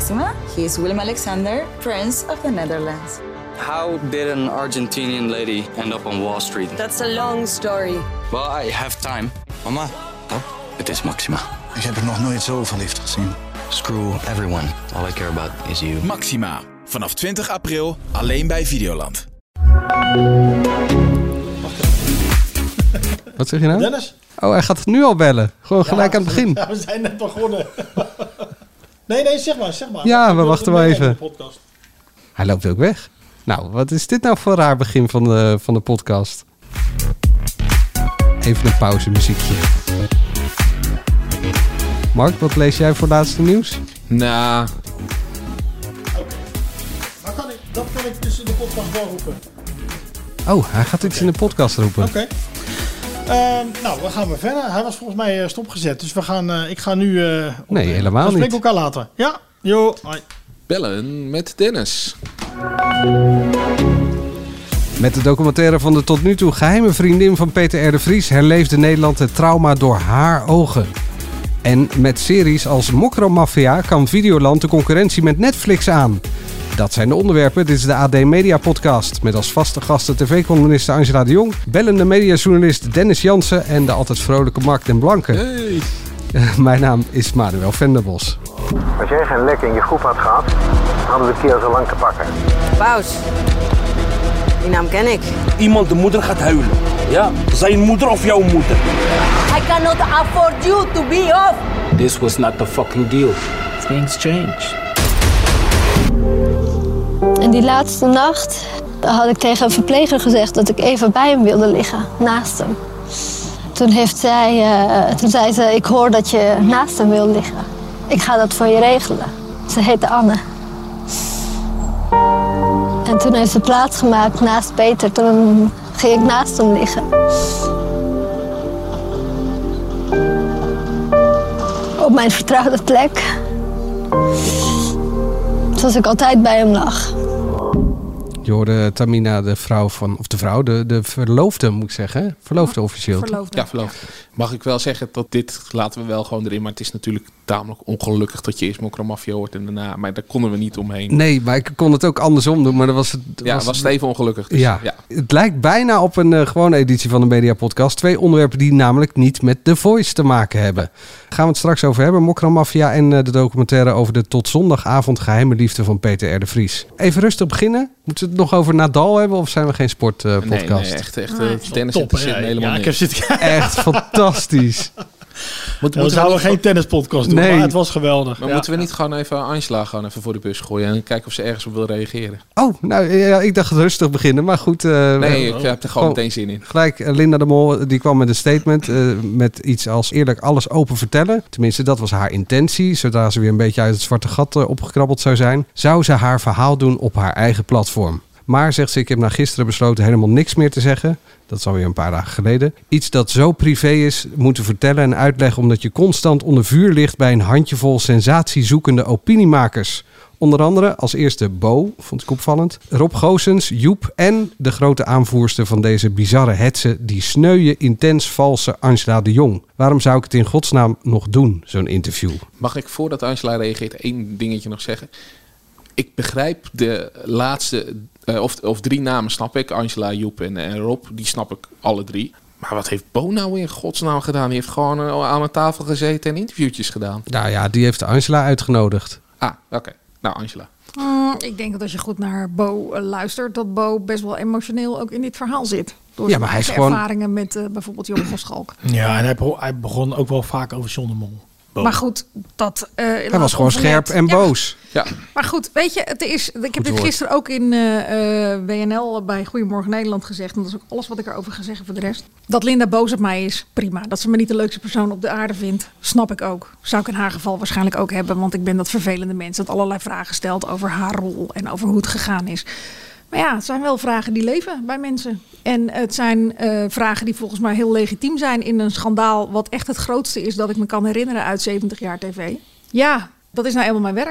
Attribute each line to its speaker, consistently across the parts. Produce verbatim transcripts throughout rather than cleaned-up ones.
Speaker 1: Maxima. He is Willem Alexander, Prince of the Netherlands.
Speaker 2: How did an Argentinian lady end up on Wall Street?
Speaker 3: That's a long story.
Speaker 2: Well, I have time.
Speaker 4: Mama,
Speaker 2: Oh, het is Maxima.
Speaker 4: ik heb er nog nooit zo verliefd gezien.
Speaker 2: Screw everyone. All I care about is you.
Speaker 5: Maxima. Vanaf twintig april alleen bij Videoland.
Speaker 6: Wat zeg je nou?
Speaker 7: Dennis?
Speaker 6: Oh, hij gaat het nu al bellen. Gewoon gelijk
Speaker 7: Ja,
Speaker 6: aan het begin.
Speaker 7: Ja, we zijn net begonnen. nee, nee, zeg maar, zeg maar.
Speaker 6: Ja,
Speaker 7: Ik
Speaker 6: we
Speaker 7: wil
Speaker 6: wachten
Speaker 7: het
Speaker 6: wel
Speaker 7: meenemen
Speaker 6: even.
Speaker 7: in de podcast.
Speaker 6: Hij loopt ook weg. Nou, wat is dit nou voor een raar begin van de, van de podcast? Even een pauzemuziekje. Mark, wat lees jij voor laatste nieuws?
Speaker 8: Nou,
Speaker 7: Maar kan ik, dat kan ik tussen de podcast wel roepen.
Speaker 6: Oh, hij gaat iets in de podcast roepen.
Speaker 7: Oké. Okay. Uh, nou, we gaan weer verder. Hij was volgens mij uh, stopgezet. Dus we gaan, uh, ik ga nu... Uh, op,
Speaker 6: Nee, helemaal
Speaker 7: we
Speaker 6: niet.
Speaker 7: spreken elkaar later. Ja, jo, hoi.
Speaker 8: bellen met Dennis.
Speaker 6: Met de documentaire van de tot nu toe geheime vriendin van Peter R. de Vries herleefde Nederland het trauma door haar ogen. En met series als Mokromafia kan Videoland de concurrentie met Netflix aan. Dat zijn de onderwerpen. Dit is de A D Media Podcast. Met als vaste gasten tv-columniste Angela de Jong, bellende mediajournalist Dennis Jansen en de altijd vrolijke Mark den Blanke.
Speaker 8: Hey.
Speaker 6: Mijn naam is Manuel Venderbos.
Speaker 9: Als jij geen lek in je groep had gehad, hadden we het keer zo lang te pakken.
Speaker 3: Paus. Die naam ken ik.
Speaker 10: Iemand de moeder gaat huilen. Ja, zijn moeder of jouw moeder.
Speaker 3: I cannot afford you to be off.
Speaker 10: This was not the fucking deal. Things change.
Speaker 11: En die laatste nacht had ik tegen een verpleger gezegd dat ik even bij hem wilde liggen, naast hem. Toen, heeft zij, uh, toen zei ze, ik hoor dat je naast hem wil liggen. Ik ga dat voor je regelen. Ze heette Anne. En toen heeft ze plaatsgemaakt naast Peter. Toen ging ik naast hem liggen. Op mijn vertrouwde plek. Zoals ik altijd bij hem lag.
Speaker 6: Je hoorde Tamina, de vrouw van, of de vrouw, de, de verloofde moet ik zeggen. Verloofde officieel.
Speaker 12: Verloofde.
Speaker 8: Ja, verloofd. Mag ik wel zeggen dat dit laten we wel gewoon erin. Maar het is natuurlijk tamelijk ongelukkig dat je eerst Mokromafia hoort en daarna. Maar daar konden we niet omheen.
Speaker 6: Nee, maar ik kon het ook andersom doen. Maar dat was het.
Speaker 8: Ja, was, was het even ongelukkig. Dus,
Speaker 6: ja.
Speaker 8: ja,
Speaker 6: het lijkt bijna op een uh, gewone editie van de Media Podcast. Twee onderwerpen die namelijk niet met The Voice te maken hebben. Daar gaan we het straks over hebben. Mokromafia en uh, de documentaire over de tot zondagavond geheime liefde van Peter R. de Vries. Even rustig beginnen. Moeten we het nog over Nadal hebben of zijn we geen sportpodcast? Uh,
Speaker 8: nee, nee, echt. echt uh, tennis
Speaker 7: top,
Speaker 8: zit
Speaker 7: ja,
Speaker 8: helemaal
Speaker 7: ja, ik heb zitten...
Speaker 6: Echt fantastisch.
Speaker 7: Moet, we zouden we geen tennispodcast doen,
Speaker 6: nee.
Speaker 7: maar het was geweldig.
Speaker 8: Maar
Speaker 7: ja.
Speaker 8: moeten we niet gewoon even Angela gewoon even voor de bus gooien en kijken of ze ergens op wil reageren?
Speaker 6: Oh, nou ja, ik dacht rustig beginnen, maar goed. Uh,
Speaker 8: nee, ik heb er gewoon meteen zin in.
Speaker 6: Gelijk, uh, Linda de Mol, die kwam met een statement uh, met iets als eerlijk alles open vertellen. Tenminste, dat was haar intentie. Zodra ze weer een beetje uit het zwarte gat uh, opgekrabbeld zou zijn, zou ze haar verhaal doen op haar eigen platform. Maar, zegt ze, ik heb na gisteren besloten helemaal niks meer te zeggen. Dat is alweer een paar dagen geleden. Iets dat zo privé is, moeten vertellen en uitleggen omdat je constant onder vuur ligt bij een handjevol sensatiezoekende opiniemakers. Onder andere als eerste Bo, vond ik opvallend, Rob Goossens, Joep en de grote aanvoerster van deze bizarre hetze, die sneuwe, intens valse Angela de Jong. Waarom zou ik het in godsnaam nog doen, zo'n interview?
Speaker 8: Mag ik voordat Angela reageert één dingetje nog zeggen? Ik begrijp de laatste, uh, of, of drie namen snap ik. Angela, Joep en, en Rob, die snap ik alle drie. Maar wat heeft Bo nou in godsnaam gedaan? Die heeft gewoon uh, aan een tafel gezeten en interviewtjes gedaan.
Speaker 6: Nou ja, die heeft Angela uitgenodigd.
Speaker 8: Ah, oké. Okay. Nou, Angela.
Speaker 12: Mm, ik denk dat als je goed naar Bo uh, luistert, dat Bo best wel emotioneel ook in dit verhaal zit. Door
Speaker 6: ja, maar hij is
Speaker 12: ervaringen
Speaker 6: gewoon...
Speaker 12: ervaringen met uh, bijvoorbeeld Johan van Schalk.
Speaker 7: Ja, en hij, begon, hij begon ook wel vaak over John de Mol. Bo.
Speaker 12: Maar goed, dat... Uh,
Speaker 6: hij was gewoon scherp en
Speaker 12: ja.
Speaker 6: boos.
Speaker 8: Ja.
Speaker 12: Maar goed, weet je, het is, ik heb dit gisteren ook in uh, uh, W N L bij Goedemorgen Nederland gezegd. En dat is ook alles wat ik erover ga zeggen voor de rest. Dat Linda boos op mij is, prima. Dat ze me niet de leukste persoon op de aarde vindt, snap ik ook. Zou ik in haar geval waarschijnlijk ook hebben. Want ik ben dat vervelende mens dat allerlei vragen stelt over haar rol en over hoe het gegaan is. Maar ja, het zijn wel vragen die leven bij mensen. En het zijn uh, vragen die volgens mij heel legitiem zijn in een schandaal wat echt het grootste is dat ik me kan herinneren uit zeventig jaar tv. Ja, dat is nou eenmaal mijn werk.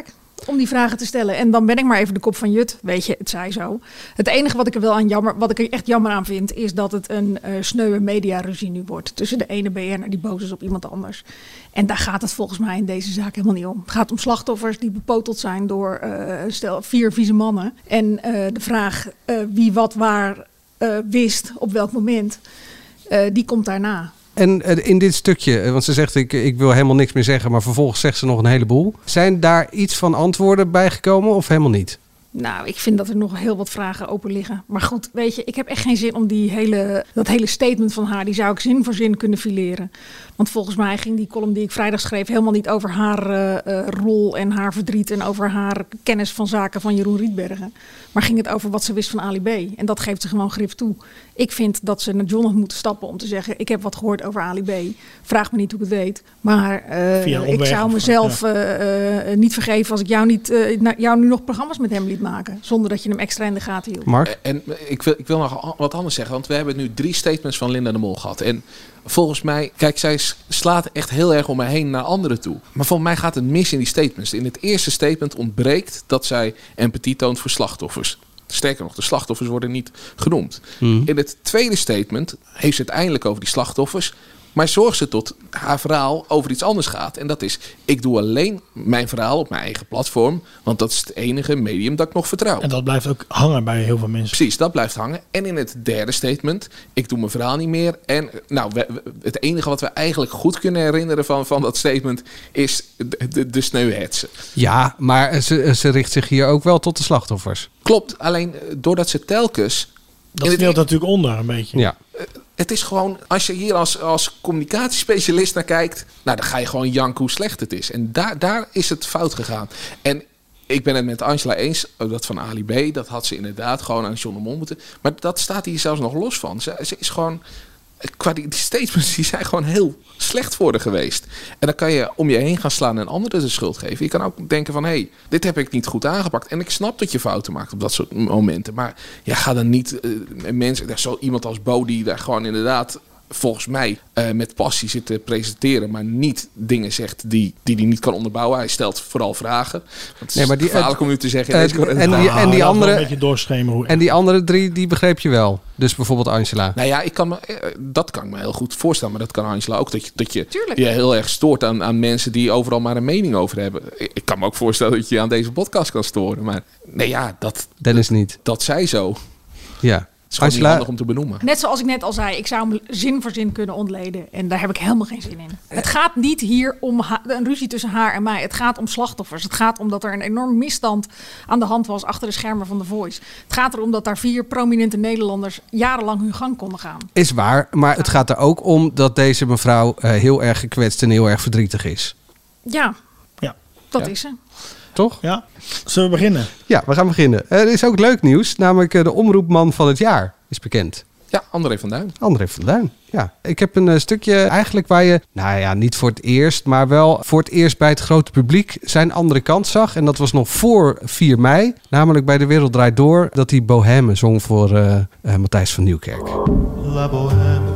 Speaker 12: om die vragen te stellen. En dan ben ik maar even de kop van Jut. Weet je, het zij zo. Het enige wat ik er wel aan jammer, wat ik er echt jammer aan vind, is dat het een uh, sneuwe mediaruzie nu wordt. Tussen de ene B N'er die boos is op iemand anders. En daar gaat het volgens mij in deze zaak helemaal niet om. Het gaat om slachtoffers die bepoteld zijn door uh, stel vier vieze mannen. En uh, de vraag uh, wie wat waar uh, wist op welk moment, uh, die komt daarna.
Speaker 6: En uh, in dit stukje, want ze zegt ik, ik wil helemaal niks meer zeggen, maar vervolgens zegt ze nog een heleboel. Zijn daar iets van antwoorden bij gekomen of helemaal niet?
Speaker 12: Nou, ik vind dat er nog heel wat vragen open liggen. Maar goed, weet je, ik heb echt geen zin om die hele, dat hele statement van haar, die zou ik zin voor zin kunnen fileren. Want volgens mij ging die column die ik vrijdag schreef helemaal niet over haar uh, uh, rol en haar verdriet en over haar kennis van zaken van Jeroen Rietbergen. Maar ging het over wat ze wist van Ali B. En dat geeft ze gewoon grif toe. Ik vind dat ze naar John had moeten stappen om te zeggen, ik heb wat gehoord over Ali B. Vraag me niet hoe ik het weet. Maar uh, ik zou mezelf uh, uh, niet vergeven als ik jou, niet, uh, jou nu nog programma's met hem liet maken. Zonder dat je hem extra in de gaten hield.
Speaker 6: Mark?
Speaker 8: En ik wil, ik wil nog wat anders zeggen. Want we hebben nu drie statements van Linda de Mol gehad. En volgens mij, kijk, zij slaat echt heel erg om mij heen naar anderen toe. Maar volgens mij gaat het mis in die statements. In het eerste statement ontbreekt dat zij empathie toont voor slachtoffers. Sterker nog, de slachtoffers worden niet genoemd. Mm. In het tweede statement heeft ze het eindelijk over die slachtoffers. Maar zorgt ze tot haar verhaal over iets anders gaat. En dat is, ik doe alleen mijn verhaal op mijn eigen platform. Want dat is het enige medium dat ik nog vertrouw.
Speaker 7: En dat blijft ook hangen bij heel veel mensen.
Speaker 8: Precies, dat blijft hangen. En in het derde statement, ik doe mijn verhaal niet meer. En nou, we, we, het enige wat we eigenlijk goed kunnen herinneren van, van dat statement is de, de, de sneuhetsen.
Speaker 6: Ja, maar ze, ze richt zich hier ook wel tot de slachtoffers.
Speaker 8: Klopt, alleen doordat ze telkens...
Speaker 7: Dat speelt natuurlijk onder een beetje.
Speaker 6: Ja.
Speaker 8: Het is gewoon, als je hier als, als communicatiespecialist naar kijkt, nou, dan ga je gewoon janken hoe slecht het is. En daar, daar is het fout gegaan. En ik ben het met Angela eens, dat van Ali B, dat had ze inderdaad gewoon aan John de Mol moeten. Maar dat staat hier zelfs nog los van. Ze, ze is gewoon, qua die, die statements, die zijn gewoon heel slecht voor haar geweest. En dan kan je om je heen gaan slaan en anderen de schuld geven. Je kan ook denken van, hé, hey, dit heb ik niet goed aangepakt. En ik snap dat je fouten maakt op dat soort momenten. Maar ja, ga dan niet uh, mensen, zo iemand als Bo die daar gewoon inderdaad volgens mij uh, met passie zit te presenteren, maar niet dingen zegt die die, die niet kan onderbouwen. Hij stelt vooral vragen. Het is nee, maar die, gevaarlijk om u te zeggen.
Speaker 6: Uh, en, die, en, die, en die andere,
Speaker 7: een beetje doorschemeren hoe
Speaker 6: en die andere drie, die begreep je wel. Dus bijvoorbeeld Angela.
Speaker 8: Nou ja, ik kan me, dat kan ik me heel goed voorstellen. Maar dat kan Angela ook. Dat je dat je, je heel erg stoort aan, aan mensen die overal maar een mening over hebben. Ik kan me ook voorstellen dat je aan deze podcast kan storen. Maar nee, ja, dat...
Speaker 6: Dennis niet.
Speaker 8: Dat zij zo.
Speaker 6: Ja.
Speaker 8: Het is gewoon niet handig om te benoemen.
Speaker 12: Net zoals ik net al zei, ik zou hem zin voor zin kunnen ontleden. En daar heb ik helemaal geen zin in. Het gaat niet hier om ha- een ruzie tussen haar en mij. Het gaat om slachtoffers. Het gaat om dat er een enorm misstand aan de hand was achter de schermen van The Voice. Het gaat erom dat daar vier prominente Nederlanders jarenlang hun gang konden gaan.
Speaker 6: Is waar, maar het gaat er ook om dat deze mevrouw uh, heel erg gekwetst en heel erg verdrietig is.
Speaker 12: Ja,
Speaker 7: ja.
Speaker 12: dat
Speaker 6: ja.
Speaker 12: is ze.
Speaker 6: Toch?
Speaker 7: Ja. Zullen we beginnen?
Speaker 6: Ja, we gaan beginnen. Er is ook leuk nieuws, namelijk de omroepman van het jaar is bekend.
Speaker 8: Ja, André van Duin.
Speaker 6: André van Duin, ja. Ik heb een uh, stukje eigenlijk waar je, nou ja, niet voor het eerst, maar wel voor het eerst bij het grote publiek zijn andere kant zag. En dat was nog voor vier mei, namelijk bij De Wereld Draait Door, dat hij Bohème zong voor uh, uh, Matthijs van Nieuwkerk.
Speaker 13: La Bohème,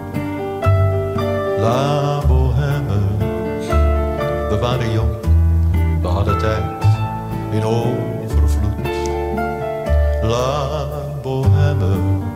Speaker 13: la Bohème, we waren jong. We hadden tijd in overvloed. La Bohème,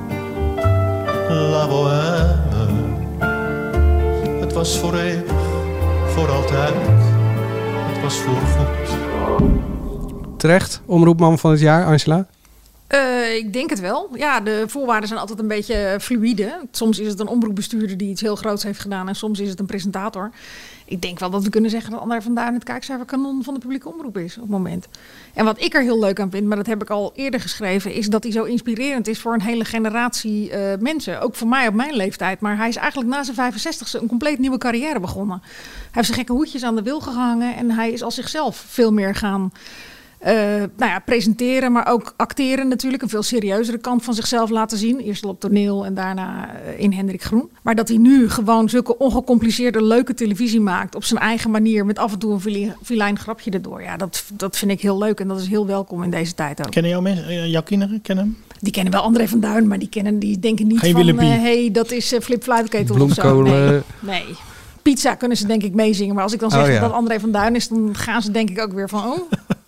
Speaker 13: la Bohème. Het was voor eeuwig, voor altijd. Het was voorgoed.
Speaker 6: Terecht, omroepman van het jaar, Angela?
Speaker 12: Uh, ik denk het wel. Ja, de voorwaarden zijn altijd een beetje fluïde. Soms is het een omroepbestuurder die iets heel groots heeft gedaan en soms is het een presentator. Ik denk wel dat we kunnen zeggen dat André van Duin het kijkcijferkanon van de publieke omroep is op het moment. En wat ik er heel leuk aan vind, maar dat heb ik al eerder geschreven, is dat hij zo inspirerend is voor een hele generatie uh, mensen. Ook voor mij op mijn leeftijd. Maar hij is eigenlijk na zijn vijfenzestigste een compleet nieuwe carrière begonnen. Hij heeft zijn gekke hoedjes aan de wil gehangen en hij is als zichzelf veel meer gaan Uh, nou ja, presenteren, maar ook acteren natuurlijk. Een veel serieuzere kant van zichzelf laten zien. Eerst al op toneel en daarna uh, in Hendrik Groen. Maar dat hij nu gewoon zulke ongecompliceerde, leuke televisie maakt op zijn eigen manier met af en toe een vilijn, vilijn grapje erdoor. Ja, dat, dat vind ik heel leuk en dat is heel welkom in deze tijd ook.
Speaker 7: Kennen jouw, mensen, jouw kinderen? Kennen hem?
Speaker 12: Die kennen wel André van Duin, maar die, kennen, die denken niet
Speaker 7: Geen
Speaker 12: van...
Speaker 7: Hé, uh,
Speaker 12: hey, dat is uh, Flip Fluitketel of zo. Nee, nee. Pizza kunnen ze denk ik meezingen. Maar als ik dan zeg oh, ja. dat André van Duin is, dan gaan ze denk ik ook weer van... oh.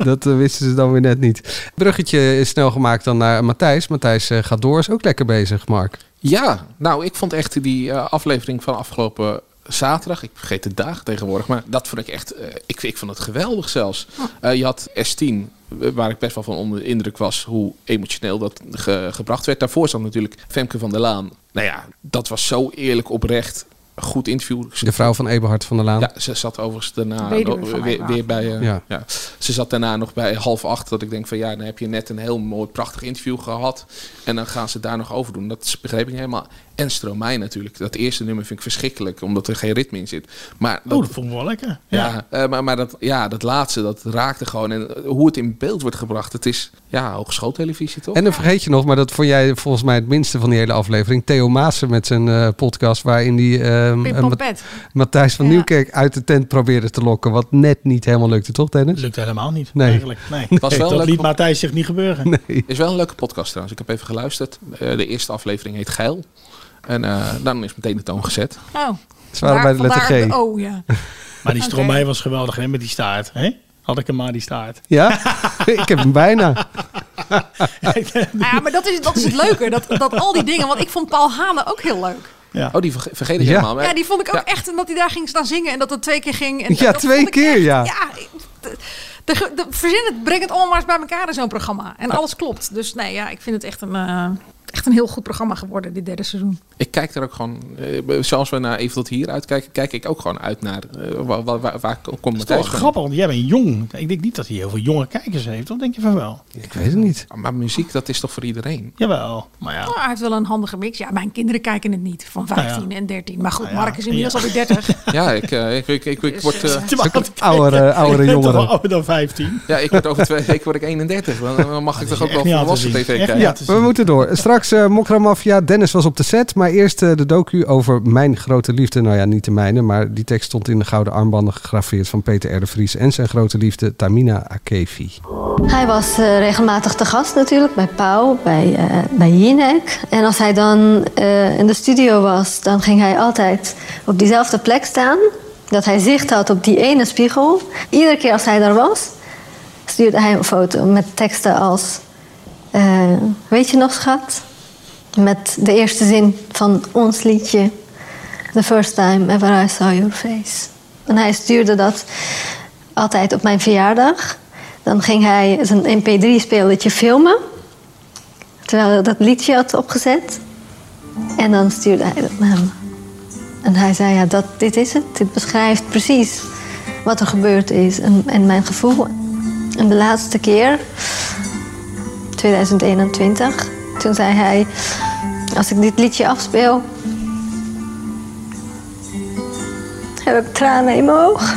Speaker 6: Dat uh, wisten ze dan weer net niet. Bruggetje is snel gemaakt dan naar Matthijs. Matthijs uh, gaat door, is ook lekker bezig, Mark.
Speaker 8: Ja, nou, ik vond echt die uh, aflevering van afgelopen zaterdag, ik vergeet de dagen tegenwoordig, maar dat vond ik echt, uh, ik, ik vond het geweldig zelfs. Uh, je had S tien, waar ik best wel van onder de indruk was hoe emotioneel dat ge, gebracht werd. Daarvoor zat natuurlijk Femke van der Laan. Nou ja, dat was zo eerlijk oprecht. Goed interview.
Speaker 6: De vrouw van Eberhard van der Laan.
Speaker 8: Ja, ze zat overigens daarna nog, weer, weer bij... Uh,
Speaker 6: ja.
Speaker 8: Ja. Ze zat daarna nog bij half acht. Dat ik denk van ja, dan heb je net een heel mooi, prachtig interview gehad. En dan gaan ze daar nog over doen. Dat begreep ik niet helemaal. En Stromae natuurlijk. Dat eerste nummer vind ik verschrikkelijk. Omdat er geen ritme in zit. Maar dat,
Speaker 7: oh, dat vond ik wel lekker.
Speaker 8: Ja, ja. Uh, maar, maar dat, ja, dat laatste, dat raakte gewoon. En hoe het in beeld wordt gebracht. Het is ja, hogeschooltelevisie toch?
Speaker 6: En dan vergeet je nog, maar dat vond jij volgens mij het minste van die hele aflevering. Theo Maassen met zijn uh, podcast waarin die uh, uh, Matthijs van ja. Nieuwkerk uit de tent probeerde te lokken. Wat net niet helemaal lukte, toch Dennis?
Speaker 7: Lukte helemaal niet,
Speaker 6: nee.
Speaker 7: eigenlijk. Nee.
Speaker 8: Het was wel
Speaker 7: dat
Speaker 8: leuk...
Speaker 7: liet Matthijs zich niet gebeuren.
Speaker 6: Nee.
Speaker 8: Is wel een leuke podcast trouwens. Ik heb even geluisterd. Uh, de eerste aflevering heet Geil. En uh, dan is meteen de toon gezet.
Speaker 12: Oh.
Speaker 6: Ze waren bij de letter G.
Speaker 12: De O, ja.
Speaker 7: Maar die Stromae okay. was geweldig, hè, met die staart. Hè? Had ik hem maar, die staart.
Speaker 6: Ja? Ik heb hem bijna.
Speaker 12: Ja, maar dat is, dat is het leuke. Dat, dat al die dingen. Want ik vond Paul Hane ook heel leuk.
Speaker 8: Ja. Oh, die verge- vergeet ik
Speaker 6: ja.
Speaker 8: helemaal. Maar...
Speaker 12: Ja, die vond ik ook ja. echt. En dat hij daar ging staan zingen. En dat het twee keer ging. En
Speaker 6: ja,
Speaker 12: dat
Speaker 6: twee keer,
Speaker 12: echt,
Speaker 6: ja.
Speaker 12: ja de, de, de, verzin het, breng het allemaal maar eens bij elkaar in zo'n programma. En alles klopt. Dus nee, ja, ik vind het echt een... Uh, Echt een heel goed programma geworden, dit derde seizoen.
Speaker 8: Ik kijk er ook gewoon, uh, zoals we naar Even tot hier uitkijken, kijk ik ook gewoon uit naar uh, waar, waar, waar, waar komt
Speaker 7: het uit. Grappig, want jij bent jong. Ik denk niet dat hij heel veel jonge kijkers heeft. Of denk je van wel?
Speaker 6: Ik weet het niet.
Speaker 8: Maar muziek, dat is toch voor iedereen?
Speaker 7: Jawel, maar ja.
Speaker 12: Nou, hij heeft wel een handige mix. Ja, mijn kinderen kijken het niet, van vijftien nou ja. en dertien. Maar goed, nou ja. Mark is inmiddels
Speaker 7: ja.
Speaker 12: alweer dertig.
Speaker 8: Ja, ik, uh, ik, ik, ik, ik word... Uh,
Speaker 6: oudere, oudere
Speaker 7: ik
Speaker 6: jongeren.
Speaker 7: toch ouder dan vijftien?
Speaker 8: Ja, ik word over twee weken word ik eenendertig. Dan mag ik toch ook wel volwassen tv kijken.
Speaker 6: Ja, we moeten door. Straks uh, Mokra Mafia. Dennis was op de set, maar eerst uh, de docu over Mijn Grote Liefde. Nou ja, niet de mijne, maar die tekst stond in de gouden armbanden gegraveerd van Peter R. de Vries en zijn grote liefde Tamina Akefi.
Speaker 11: Hij was uh, regelmatig te gast natuurlijk bij Pauw, bij, uh, bij Jinek. En als hij dan uh, in de studio was, dan ging hij altijd op diezelfde plek staan. Dat hij zicht had op die ene spiegel. Iedere keer als hij daar was, stuurde hij een foto met teksten als... Uh, weet je nog, schat? Met de eerste zin van ons liedje. The first time ever I saw your face. En hij stuurde dat altijd op mijn verjaardag. Dan ging hij zijn M P drie spelertje filmen. Terwijl hij dat liedje had opgezet. En dan stuurde hij dat naar hem. En hij zei, ja, dat, dit is het. Dit beschrijft precies wat er gebeurd is en, en mijn gevoel. En de laatste keer, twintig eenentwintig, toen zei hij... Als ik dit liedje afspeel, heb ik tranen in mijn ogen.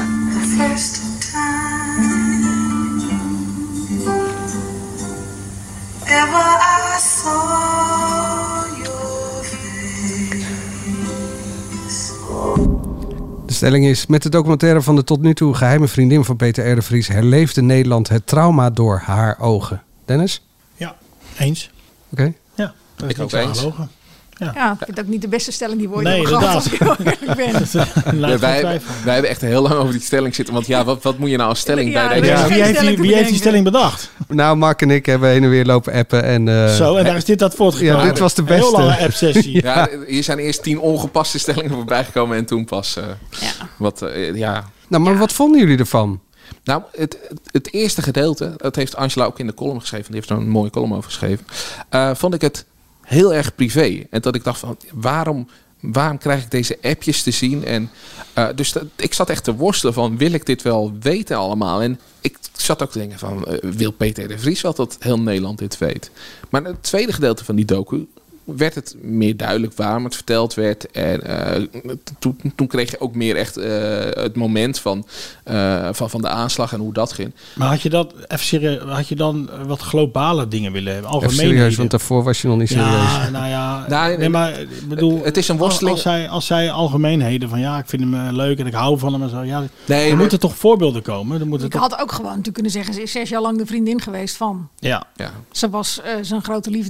Speaker 6: De stelling is, met de documentaire van de tot nu toe geheime vriendin van Peter R. de Vries herleefde Nederland het trauma door haar ogen. Dennis?
Speaker 7: Ja, eens.
Speaker 6: Oké. Okay.
Speaker 7: Ja, dat
Speaker 8: ik ook eens.
Speaker 12: Ja, ja, ik vind ook niet de beste stelling die we ooit
Speaker 7: nee,
Speaker 12: hebben gehad, als ik heel eerlijk ben.
Speaker 8: Ja, wij, wij hebben echt heel lang over die stelling zitten. Want ja, wat, wat moet je nou als stelling
Speaker 12: ja,
Speaker 8: bij deze?
Speaker 7: Ja, wie, heeft die, wie heeft die stelling bedacht?
Speaker 6: Nou, Mark en ik hebben heen en weer lopen appen. En, uh,
Speaker 7: Zo, en daar is dit dat voortgekomen.
Speaker 6: Ja, dit was de beste.
Speaker 7: Heel lange app-sessie.
Speaker 8: Ja, hier zijn eerst tien ongepaste stellingen voorbij gekomen en toen pas uh, ja. wat, uh, ja...
Speaker 6: Nou, maar ja. wat vonden jullie ervan?
Speaker 8: Nou, het, het eerste gedeelte, dat heeft Angela ook in de column geschreven. Die heeft er een mooie column over geschreven. Uh, vond ik het heel erg privé. En dat ik dacht van, waarom, waarom krijg ik deze appjes te zien? En uh, dus dat, ik zat echt te worstelen van, wil ik dit wel weten allemaal? En ik zat ook te denken van, uh, wil Peter de Vries wel dat heel Nederland dit weet? Maar het tweede gedeelte van die docu werd het meer duidelijk waarom het verteld werd. En uh, toen, toen kreeg je ook meer echt uh, het moment van, uh, van, van de aanslag en hoe dat ging.
Speaker 7: Maar had je dat even serieus, had je dan wat globale dingen willen hebben? Algemeen
Speaker 6: even serieus, want daarvoor was je nog niet serieus.
Speaker 7: Ja, nou ja, nou, nee, maar ik bedoel,
Speaker 8: het is een worsteling.
Speaker 7: Als zij, als zij algemeenheden van ja, ik vind hem uh, leuk en ik hou van hem en zo. Ja,
Speaker 8: nee,
Speaker 7: er
Speaker 8: maar,
Speaker 7: moeten toch voorbeelden komen. Er moeten
Speaker 12: ik
Speaker 7: toch...
Speaker 12: had ook gewoon natuurlijk kunnen zeggen, ze is zes jaar lang de vriendin geweest van.
Speaker 8: Ja. ja.
Speaker 12: Ze was uh, zijn grote liefde.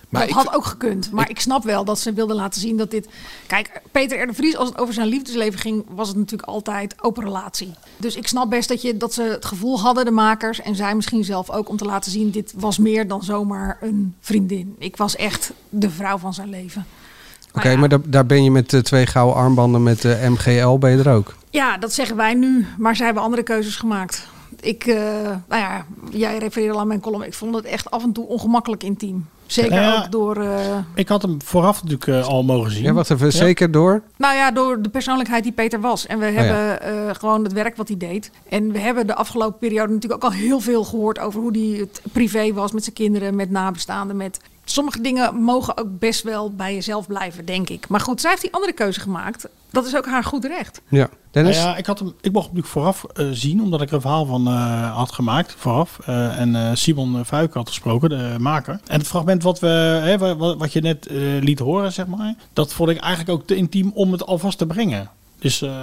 Speaker 8: Maar
Speaker 12: dat
Speaker 8: ik,
Speaker 12: had ook gekund. Maar ik, ik snap wel dat ze wilden laten zien dat dit... Kijk, Peter R. de Vries, als het over zijn liefdesleven ging... was het natuurlijk altijd open relatie. Dus ik snap best dat, je, dat ze het gevoel hadden, de makers... en zij misschien zelf ook, om te laten zien... dit was meer dan zomaar een vriendin. Ik was echt de vrouw van zijn leven.
Speaker 6: Oké, okay, ja. maar da- daar ben je met uh, twee gouden armbanden met de uh, M G L, ben je er ook?
Speaker 12: Ja, dat zeggen wij nu. Maar zij hebben andere keuzes gemaakt. Ik, uh, nou ja, jij refereerde al aan mijn column. Ik vond het echt af en toe ongemakkelijk intiem. Zeker ja, ook door... Uh...
Speaker 7: Ik had hem vooraf natuurlijk uh, al mogen zien.
Speaker 6: Ja, wacht even. Ja. Zeker door?
Speaker 12: Nou ja, door de persoonlijkheid die Peter was. En we oh, hebben ja. uh, gewoon het werk wat hij deed. En we hebben de afgelopen periode natuurlijk ook al heel veel gehoord... over hoe hij het privé was met zijn kinderen, met nabestaanden, met... Sommige dingen mogen ook best wel bij jezelf blijven, denk ik. Maar goed, zij heeft die andere keuze gemaakt. Dat is ook haar goed recht.
Speaker 6: Ja, Dennis?
Speaker 7: Nou ja, ik, had hem, ik mocht hem natuurlijk vooraf uh, zien, omdat ik er een verhaal van uh, had gemaakt. Vooraf. Uh, en uh, Simon Fuik had gesproken, de maker. En het fragment wat, we, hè, wat, wat je net uh, liet horen, zeg maar. Dat vond ik eigenlijk ook te intiem om het alvast te brengen. Dus uh,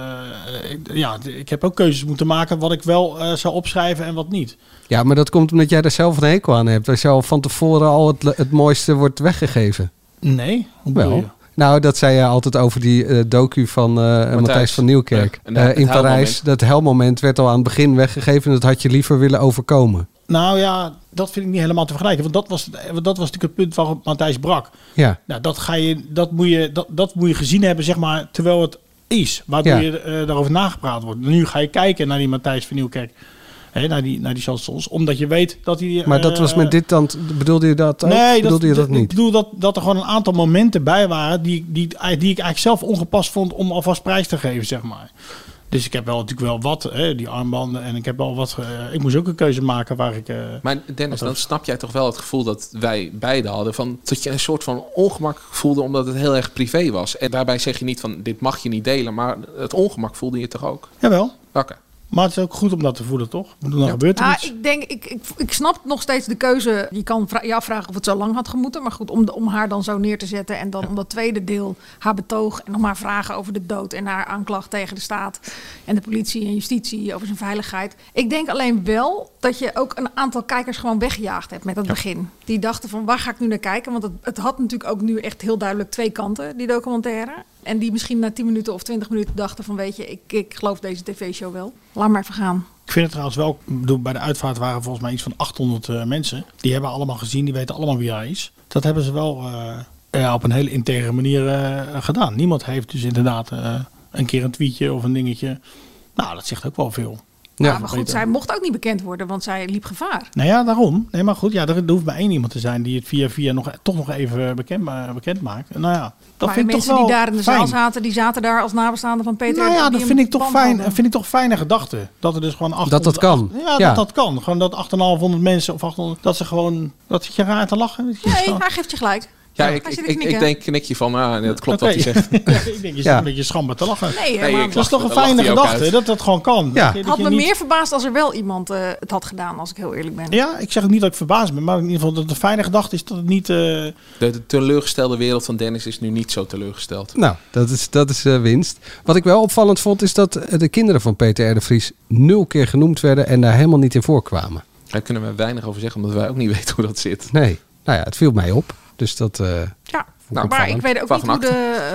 Speaker 7: ja, ik heb ook keuzes moeten maken wat ik wel uh, zou opschrijven en wat niet.
Speaker 6: Ja, maar dat komt omdat jij er zelf een hekel aan hebt. Als je al van tevoren al het, het mooiste wordt weggegeven.
Speaker 7: Nee, hoe bedoel je?
Speaker 6: Nou, dat zei je altijd over die uh, docu van uh, Matthijs. Matthijs van Nieuwkerk. Ja, uh, in Parijs. Dat helmoment werd al aan het begin weggegeven. En dat had je liever willen overkomen.
Speaker 7: Nou ja, dat vind ik niet helemaal te vergelijken. Want dat was, dat was natuurlijk het punt waarop Matthijs brak.
Speaker 6: Ja.
Speaker 7: Nou, dat, ga je, dat, moet je, dat, dat moet je gezien hebben, zeg maar, terwijl het is. Waardoor ja. je uh, daarover nagepraat wordt. Nu ga je kijken naar die Matthijs van Nieuwkerk. Hey, naar die, naar die chansons, omdat je weet dat hij...
Speaker 6: Maar dat uh, was met dit dan... Bedoelde je dat ook?
Speaker 7: Nee,
Speaker 6: bedoelde
Speaker 7: dat,
Speaker 6: je dat niet?
Speaker 7: Ik bedoel dat, dat er gewoon een aantal momenten bij waren... Die, die, die ik eigenlijk zelf ongepast vond om alvast prijs te geven, zeg maar. Dus ik heb wel natuurlijk wel wat, hè, die armbanden... en ik heb wel wat... Uh, ik moest ook een keuze maken waar ik... Uh,
Speaker 8: maar Dennis, dan snap jij toch wel het gevoel dat wij beiden hadden... Van, dat je een soort van ongemak voelde omdat het heel erg privé was. En daarbij zeg je niet van, dit mag je niet delen... maar het ongemak voelde je toch ook?
Speaker 7: Jawel.
Speaker 8: Oké. Okay.
Speaker 7: Maar het is ook goed om dat te voelen, toch? Dan ja. gebeurt er
Speaker 12: ah,
Speaker 7: iets.
Speaker 12: Ik denk, ik, ik, ik snap nog steeds de keuze. Je kan vra- je afvragen of het zo lang had gemoeten. Maar goed, om, de, om haar dan zo neer te zetten. En dan ja. om dat tweede deel, haar betoog. En nog maar vragen over de dood. En haar aanklacht tegen de staat. En de politie en justitie over zijn veiligheid. Ik denk alleen wel dat je ook een aantal kijkers gewoon weggejaagd hebt met het ja. begin. Die dachten van, waar ga ik nu naar kijken? Want het, het had natuurlijk ook nu echt heel duidelijk twee kanten, die documentaire. En die misschien na tien minuten of twintig minuten dachten van... weet je, ik, ik geloof deze tv-show wel. Laat maar even gaan.
Speaker 7: Ik vind het trouwens wel... Bij de uitvaart waren volgens mij iets van achthonderd uh, mensen. Die hebben allemaal gezien, die weten allemaal wie hij is. Dat hebben ze wel uh, ja, op een hele integere manier uh, gedaan. Niemand heeft dus inderdaad uh, een keer een tweetje of een dingetje. Nou, dat zegt ook wel veel.
Speaker 12: Ja, maar goed, zij mocht ook niet bekend worden, want zij liep gevaar.
Speaker 7: Nou ja, daarom. Nee, maar goed, ja, er, er hoeft maar één iemand te zijn die het via via nog, toch nog even bekend, bekend maakt. Nou ja, dat
Speaker 12: maar
Speaker 7: vind ik toch wel
Speaker 12: mensen die daar in de
Speaker 7: fijn.
Speaker 12: zaal zaten, die zaten daar als nabestaanden van Peter.
Speaker 7: Nou ja, dat vind ik toch fijn. Vind ik toch fijne gedachte. Dat er dus gewoon achthonderd,
Speaker 6: dat dat kan.
Speaker 7: acht, ja, ja, dat dat kan. Gewoon dat achtenvijfhonderd mensen of achthonderd, dat ze gewoon, dat zit je raar te lachen.
Speaker 12: Nee, hij geeft je gelijk.
Speaker 8: Ja, ik, ik, ik, ik denk knikje van, ah, dat klopt okay. wat hij zegt.
Speaker 7: Ja, ik denk, je ja. een beetje schamper te lachen.
Speaker 12: Nee, nee maar
Speaker 7: dat is toch een fijne gedachte, dat dat gewoon kan.
Speaker 12: Ja.
Speaker 7: Het
Speaker 12: had me
Speaker 7: niet...
Speaker 12: meer verbaasd als er wel iemand uh, het had gedaan, als ik heel eerlijk ben.
Speaker 7: Ja, ik zeg ook niet dat ik verbaasd ben, maar in ieder geval dat het een fijne gedachte is dat het niet... Uh...
Speaker 8: De, de teleurgestelde wereld van Dennis is nu niet zo teleurgesteld.
Speaker 6: Nou, dat is, dat is uh, winst. Wat ik wel opvallend vond, is dat de kinderen van Peter R. de Vries nul keer genoemd werden en daar helemaal niet in voorkwamen.
Speaker 8: Daar kunnen we weinig over zeggen, omdat wij ook niet weten hoe dat zit.
Speaker 6: Nee, nou ja, het viel mij op. Dus dat... Uh,
Speaker 12: ja. Nou, maar ik weet ook niet hoe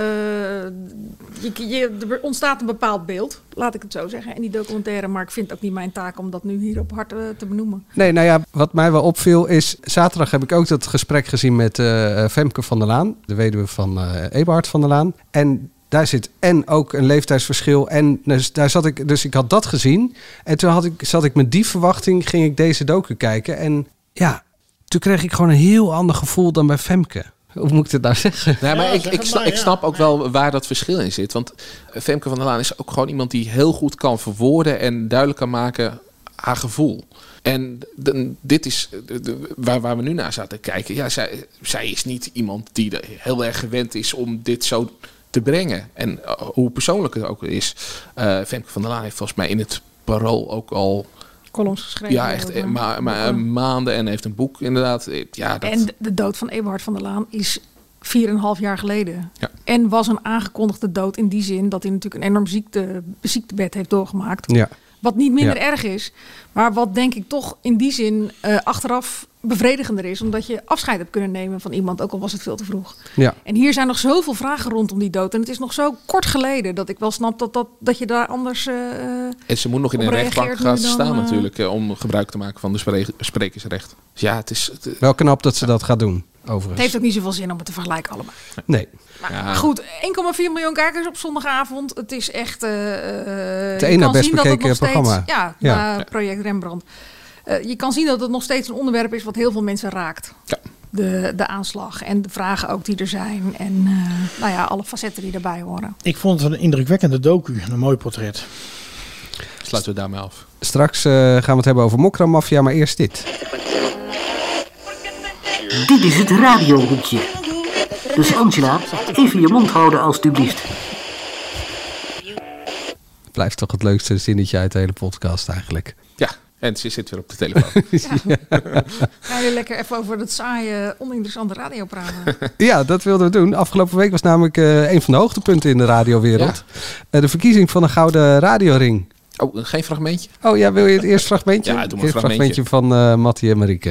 Speaker 12: de... Uh, je, je, er ontstaat een bepaald beeld, laat ik het zo zeggen, in die documentaire. Maar ik vind het ook niet mijn taak om dat nu hier op hart uh, te benoemen.
Speaker 6: Nee, nou ja, wat mij wel opviel is... Zaterdag heb ik ook dat gesprek gezien met uh, Femke van der Laan. De weduwe van uh, Eberhard van der Laan. En daar zit en ook een leeftijdsverschil. En dus, daar zat ik, dus ik had dat gezien. En toen had ik, zat ik met die verwachting, ging ik deze docu kijken. En ja, toen kreeg ik gewoon een heel ander gevoel dan bij Femke. Hoe moet ik het nou zeggen?
Speaker 8: Nee, maar ja, ik, ik, sta, maar, ik snap ook wel waar dat verschil in zit. Want Femke van der Laan is ook gewoon iemand die heel goed kan verwoorden en duidelijk kan maken haar gevoel. En de, dit is de, de, waar, waar we nu naar zaten kijken. Ja, zij, zij is niet iemand die heel erg gewend is om dit zo te brengen. En uh, hoe persoonlijk het ook is. Uh, Femke van der Laan heeft volgens mij in het Parool ook al...
Speaker 12: columns geschreven.
Speaker 8: Ja, echt ma- ma- maanden en heeft een boek inderdaad. Ja, dat...
Speaker 12: En de dood van Eberhard van der Laan is vier en een half jaar geleden.
Speaker 8: Ja.
Speaker 12: En was een aangekondigde dood in die zin dat hij natuurlijk een enorm ziekte, ziektebed heeft doorgemaakt.
Speaker 6: Ja.
Speaker 12: Wat niet minder
Speaker 6: Ja.
Speaker 12: erg is. Maar wat denk ik toch in die zin uh, achteraf bevredigender is. Omdat je afscheid hebt kunnen nemen van iemand. Ook al was het veel te vroeg.
Speaker 6: Ja.
Speaker 12: En hier zijn nog zoveel vragen rondom die dood. En het is nog zo kort geleden dat ik wel snap dat, dat, dat je daar anders uh,
Speaker 8: En ze moet nog in een rechtbank gaan
Speaker 12: dan,
Speaker 8: staan
Speaker 12: uh,
Speaker 8: natuurlijk. Uh, om gebruik te maken van de spre- sprekersrecht. Dus ja, het is... Het,
Speaker 6: Wel knap dat ze dat gaat doen, overigens.
Speaker 12: het heeft ook niet zoveel zin om het te vergelijken allemaal.
Speaker 6: Nee.
Speaker 12: Maar
Speaker 8: Ja.
Speaker 12: goed, één komma vier miljoen kijkers op zondagavond. Het is echt... Uh,
Speaker 6: Het ene na best bekeken programma.
Speaker 12: Steeds, ja,
Speaker 6: Ja.
Speaker 12: na Project Rembrandt. Uh, je kan zien dat het nog steeds een onderwerp is wat heel veel mensen raakt.
Speaker 8: Ja.
Speaker 12: De, de aanslag en de vragen ook die er zijn. En uh, nou ja, alle facetten die erbij horen.
Speaker 7: Ik vond het een indrukwekkende docu. Een mooi portret.
Speaker 8: Sluiten we daarmee af.
Speaker 6: Straks uh, gaan we het hebben over Mokra Mafia, maar eerst dit.
Speaker 14: Dit is het radiohoekje. Dus Angela, even je mond houden alstublieft.
Speaker 6: Blijft toch het leukste zinnetje uit de hele podcast eigenlijk.
Speaker 8: Ja, en ze zit weer op de telefoon.
Speaker 12: Ja. Gaan jullie lekker even over dat saaie, oninteressante radio praten?
Speaker 6: Ja, dat wilden we doen. Afgelopen week was namelijk uh, een van de hoogtepunten in de radiowereld. Ja. Uh, de verkiezing van een gouden radioring.
Speaker 8: Oh, geen fragmentje?
Speaker 6: Oh ja, wil je het eerste fragmentje?
Speaker 8: Ja, doe maar
Speaker 6: een
Speaker 8: fragmentje.
Speaker 6: fragmentje van uh, Mattie en Marieke.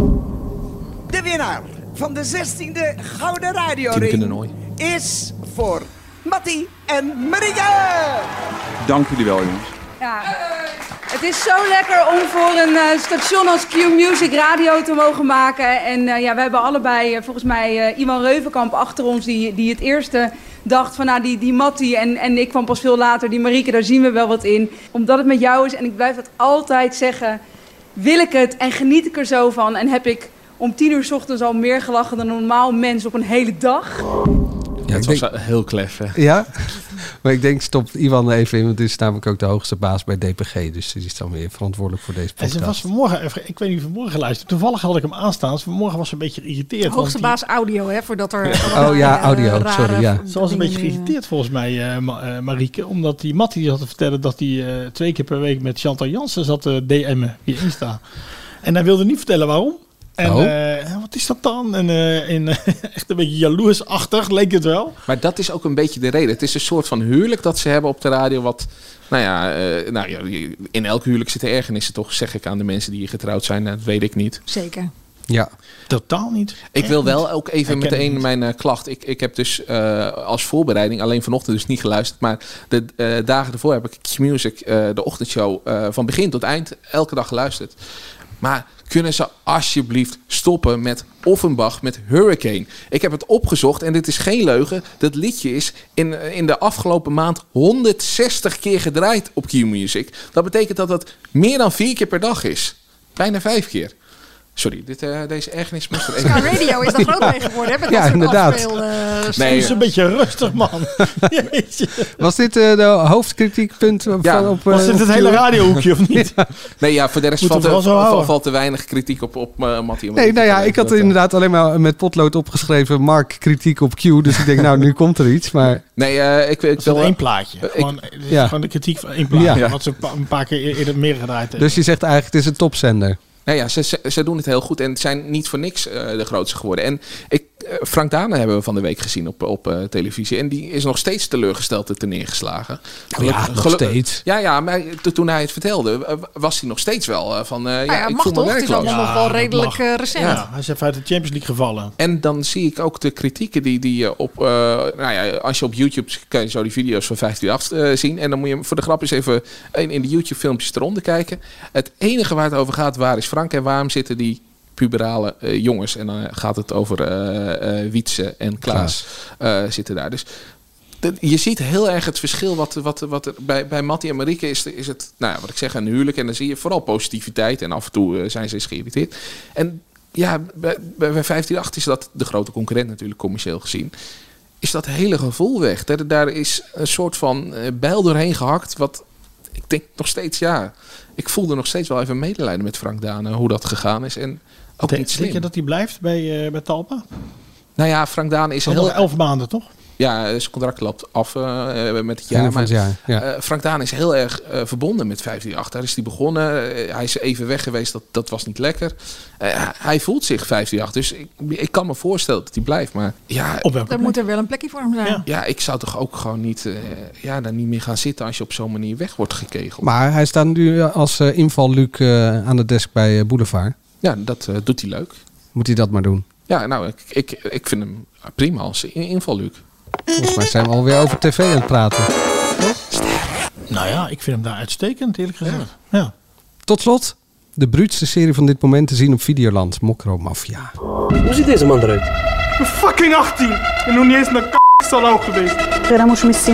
Speaker 15: De winnaar van de zestiende Gouden Radioring is voor Mattie en Marieke.
Speaker 16: Dank jullie wel, jongens.
Speaker 17: Ja, het is zo lekker om voor een uh, station als Q-Music radio te mogen maken. En uh, ja, we hebben allebei uh, volgens mij uh, Iwan Reuvenkamp achter ons die, die het eerste dacht van nou die, die Mattie en, en ik kwam pas veel later, die Marieke, daar zien we wel wat in. Omdat het met jou is en ik blijf dat altijd zeggen, wil ik het en geniet ik er zo van en heb ik om tien uur 's ochtends al meer gelachen dan een normaal mens op een hele dag.
Speaker 8: Ja, het
Speaker 6: ik
Speaker 8: was
Speaker 6: denk,
Speaker 8: heel klef.
Speaker 6: Ja, maar ik denk stop Iwan even in, want dit is namelijk ook de hoogste baas bij D P G. Dus die is dan weer verantwoordelijk voor deze podcast.
Speaker 7: En ze was vanmorgen, ik weet niet of vanmorgen geluisterd. Toevallig had ik hem aanstaan. Vanmorgen was ze een beetje geïrriteerd.
Speaker 12: Hoogste
Speaker 7: die...
Speaker 12: baas audio, hè, voordat er...
Speaker 6: Oh ja, audio, uh, sorry, ja.
Speaker 7: Ze was een beetje geïrriteerd volgens mij, uh, Ma- uh, Marieke. Omdat die Mattie die had te vertellen dat hij uh, twee keer per week met Chantal Jansen zat te D M'en via Insta. En hij wilde niet vertellen waarom. En
Speaker 6: oh.
Speaker 7: uh, wat is dat dan? En, uh, en uh, echt een beetje jaloersachtig leek het wel.
Speaker 8: Maar dat is ook een beetje de reden. Het is een soort van huwelijk dat ze hebben op de radio. Wat, nou ja, uh, nou ja in elk huwelijk zitten ergernissen toch, zeg ik aan de mensen die hier getrouwd zijn. Dat weet ik niet.
Speaker 12: Zeker.
Speaker 6: Ja.
Speaker 7: Totaal niet.
Speaker 8: Ik wil wel ook even
Speaker 7: Herken
Speaker 8: meteen mijn uh, klacht. Ik, ik heb dus uh, als voorbereiding, alleen vanochtend dus niet geluisterd. Maar de uh, dagen ervoor heb ik Q-Music, uh, de ochtendshow, uh, van begin tot eind elke dag geluisterd. Maar kunnen ze alsjeblieft stoppen met Offenbach, met Hurricane? Ik heb het opgezocht en dit is geen leugen. Dat liedje is in, in de afgelopen maand honderdzestig keer gedraaid op Q-Music. Dat betekent dat het meer dan vier keer per dag is. Bijna vijf keer. Sorry, dit, uh, deze ergernis moest er even...
Speaker 12: Sky Radio is daar groot mee geworden, hè? Met
Speaker 6: ja,
Speaker 12: dat soort
Speaker 6: inderdaad.
Speaker 12: Afspeel, uh,
Speaker 7: nee, is een beetje rustig, man.
Speaker 6: Was dit uh, de hoofdkritiekpunt van
Speaker 8: ja.
Speaker 6: op... Uh,
Speaker 7: Was dit het hele radiohoekje of niet?
Speaker 8: Ja. Nee, ja, voor de rest valt er, valt, valt er weinig kritiek op, op uh, Mattie.
Speaker 6: Nee, nou ja, ik had er inderdaad alleen maar met potlood opgeschreven, Mark, kritiek op Q. Dus ik denk, nou, nu komt er iets, maar...
Speaker 8: Nee, uh, ik, ik wil...
Speaker 7: één plaatje. Uh, gewoon, ik, ja. gewoon de kritiek van één plaatje. Ja. Wat ze een paar keer eerder meer gedraaid hebben.
Speaker 6: Dus je zegt eigenlijk, het is een topzender.
Speaker 8: Nou ja, ze, ze, ze doen het heel goed en zijn niet voor niks uh, de grootste geworden. En ik, uh, Frank Dane hebben we van de week gezien op, op uh, televisie. En die is nog steeds teleurgesteld en neergeslagen.
Speaker 6: Oh ja, nog steeds.
Speaker 8: Ja, ja, maar to, toen hij het vertelde, uh, was hij nog steeds wel uh, van... Uh,
Speaker 12: nou
Speaker 8: ja,
Speaker 12: ja,
Speaker 8: ik
Speaker 12: mag
Speaker 8: voel
Speaker 12: toch?
Speaker 8: me
Speaker 12: Het is allemaal
Speaker 7: ja,
Speaker 12: nog wel redelijk uh, recent.
Speaker 7: Ja, hij is even uit de Champions League gevallen.
Speaker 8: En dan zie ik ook de kritieken die, die uh, op... Uh, nou ja, als je op YouTube kan je zo die video's van vijftien acht uh, zien. En dan moet je voor de grap eens even in, in de YouTube filmpjes eronder kijken. Het enige waar het over gaat, waar is Frank en waarom zitten die puberale uh, jongens. En dan gaat het over uh, uh, Wietse en Klaas uh, zitten daar. Dus de, je ziet heel erg het verschil wat, wat, wat er bij, bij Mattie en Marieke is, is het, nou ja, wat ik zeg, een huwelijk. En dan zie je vooral positiviteit. En af en toe uh, zijn ze eens geïrriteerd. En ja, bij, bij vijftien acht is dat de grote concurrent natuurlijk commercieel gezien. Is dat hele gevoel weg. Daar, daar is een soort van uh, bijl doorheen gehakt. Wat ik denk nog steeds, ja... Ik voelde nog steeds wel even medelijden met Frank Dane, hoe dat gegaan is. En ook
Speaker 7: denk,
Speaker 8: niet slim.
Speaker 7: Denk je dat hij blijft bij, uh, bij Talpa?
Speaker 8: Nou ja, Frank Dane is
Speaker 7: al
Speaker 8: heel...
Speaker 7: nog elf maanden, toch?
Speaker 8: Ja, zijn contract loopt af uh, met het jaar.
Speaker 6: van het jaar ja.
Speaker 8: uh, Frank Daan is heel erg uh, verbonden met vijf drie acht. Daar is hij begonnen. Uh, hij is even weg geweest. Dat, dat was niet lekker. Uh, hij voelt zich vijf drie acht. Dus ik, ik kan me voorstellen dat hij blijft. Maar ja,
Speaker 12: er moet er wel een plekje voor hem zijn.
Speaker 8: Ja, ja ik zou toch ook gewoon niet, uh, ja, daar niet meer gaan zitten als je op zo'n manier weg wordt gekegeld.
Speaker 6: Maar hij staat nu als uh, inval-Luc uh, aan de desk bij uh, Boulevard.
Speaker 8: Ja, dat uh, doet hij leuk.
Speaker 6: Moet hij dat maar doen?
Speaker 8: Ja, nou, ik, ik, ik vind hem prima als inval-Luc.
Speaker 6: Volgens mij zijn we alweer over tv aan het praten.
Speaker 7: Nou ja, ik vind hem daar uitstekend, eerlijk gezegd. Ja. Ja.
Speaker 6: Tot slot, de bruutste serie van dit moment te zien op Videoland. Mokro Mafia.
Speaker 10: Hoe ziet deze man eruit?
Speaker 18: Ik fucking achttien. En nog niet eens naar k***salon geweest.
Speaker 19: Ik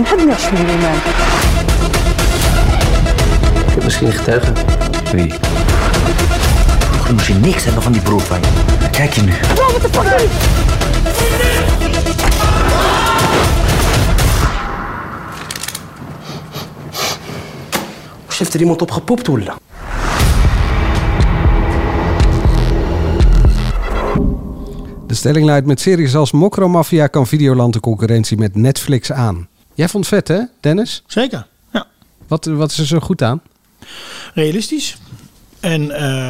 Speaker 10: heb misschien een getuige.
Speaker 14: Wie? Je moet je niks hebben van die broer van je. Kijk je nu.
Speaker 19: Wat de fuck?
Speaker 10: Of heeft er iemand op gepoept, hoor?
Speaker 6: De stelling luidt: met series als Mokro Mafia kan Videoland de concurrentie met Netflix aan. Jij vond het vet, hè, Dennis?
Speaker 7: Zeker, ja.
Speaker 6: Wat, wat is er zo goed aan?
Speaker 7: Realistisch. En uh,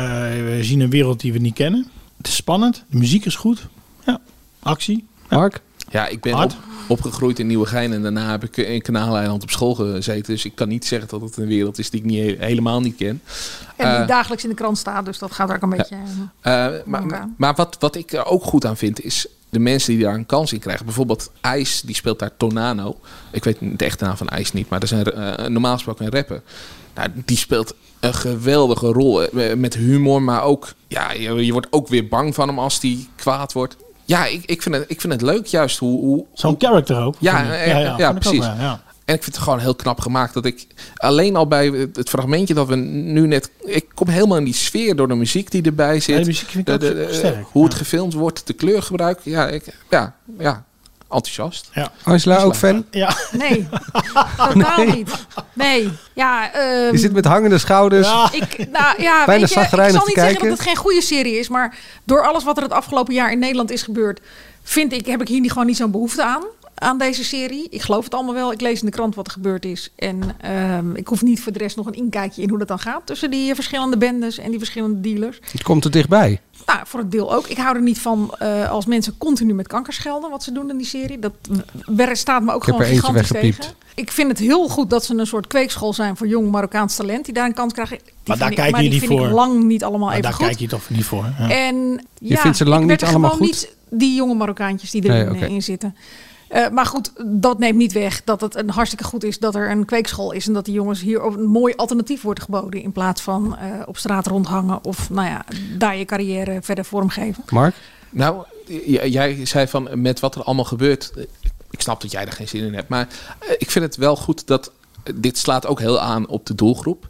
Speaker 7: we zien een wereld die we niet kennen. Het is spannend. De muziek is goed. Ja. Actie. Ja.
Speaker 6: Mark?
Speaker 8: Ja, ik ben op, opgegroeid in Nieuwegein en daarna heb ik in Kanaaleiland op school gezeten. Dus ik kan niet zeggen dat het een wereld is die ik niet, he- helemaal niet ken.
Speaker 12: En die
Speaker 8: Uh,
Speaker 12: dagelijks in de krant staat, dus dat gaat er ook een beetje...
Speaker 8: Uh, maar maar, maar wat, wat ik er ook goed aan vind is de mensen die daar een kans in krijgen. Bijvoorbeeld IJs, die speelt daar Tonano. Ik weet de echte naam van IJs niet, maar dat is een, uh, normaal gesproken een rapper. Nou, die speelt een geweldige rol met humor, maar ook... Ja, je, je wordt ook weer bang van hem als die kwaad wordt. Ja, ik, ik, vind, het, ik vind het leuk juist hoe... hoe
Speaker 7: Zo'n character ook.
Speaker 8: Ja,
Speaker 7: ja,
Speaker 8: ja,
Speaker 7: ja,
Speaker 8: ja precies.
Speaker 7: Ook, ja.
Speaker 8: En ik vind het gewoon heel knap gemaakt dat ik alleen al bij het fragmentje dat we nu net... Ik kom helemaal in die sfeer door de muziek die erbij zit.
Speaker 7: Ja, de muziek vind ik
Speaker 8: de,
Speaker 7: ook
Speaker 8: de, de,
Speaker 7: sterk.
Speaker 8: Hoe
Speaker 7: ja.
Speaker 8: het gefilmd wordt, de kleurgebruik. Ja, ik, ja, ja enthousiast.
Speaker 7: Ja.
Speaker 6: Angela, ook fan?
Speaker 7: Ja.
Speaker 12: Nee, totaal nee. niet. Nee, ja... Um,
Speaker 6: je zit met hangende schouders.
Speaker 12: Ja. Ik, nou, ja,
Speaker 6: bijna
Speaker 12: weet je, ik zal
Speaker 6: zagrijnig
Speaker 12: niet
Speaker 6: te
Speaker 12: zeggen
Speaker 6: kijken.
Speaker 12: dat het geen goede serie is, maar door alles wat er het afgelopen jaar in Nederland is gebeurd, vind ik, heb ik hier niet, gewoon niet zo'n behoefte aan. Aan deze serie. Ik geloof het allemaal wel. Ik lees in de krant wat er gebeurd is. En um, ik hoef niet voor de rest nog een inkijkje in hoe dat dan gaat tussen die verschillende bendes en die verschillende dealers.
Speaker 6: Het komt er dichtbij.
Speaker 12: Nou, voor het deel ook. Ik hou er niet van uh, als mensen continu met kanker schelden, wat ze doen in die serie. Dat w- staat me ook
Speaker 6: ik
Speaker 12: gewoon gigantisch tegen.
Speaker 6: Gepiept.
Speaker 12: Ik vind het heel goed dat ze een soort kweekschool zijn voor jong Marokkaans talent die daar een kans krijgen. Die
Speaker 7: maar daar
Speaker 12: ik,
Speaker 7: kijk
Speaker 12: maar
Speaker 7: je
Speaker 12: die
Speaker 7: niet
Speaker 12: vind
Speaker 7: voor.
Speaker 12: ik lang niet allemaal
Speaker 7: maar
Speaker 12: even
Speaker 7: daar
Speaker 12: goed.
Speaker 7: kijk je toch niet voor. Ja.
Speaker 12: En
Speaker 6: je
Speaker 12: ja,
Speaker 6: vindt ze lang
Speaker 12: ik
Speaker 6: niet
Speaker 12: er
Speaker 6: allemaal
Speaker 12: gewoon
Speaker 6: goed?
Speaker 12: Niet die jonge Marokkaantjes die erin
Speaker 6: nee, okay.
Speaker 12: in zitten. Uh, maar goed, dat neemt niet weg dat het een hartstikke goed is dat er een kweekschool is en dat die jongens hier een mooi alternatief wordt geboden in plaats van uh, op straat rondhangen of nou ja, daar je carrière verder vormgeven.
Speaker 6: Mark?
Speaker 8: Nou, j- jij zei van met wat er allemaal gebeurt. Ik snap dat jij er geen zin in hebt, maar ik vind het wel goed dat dit slaat ook heel aan op de doelgroep.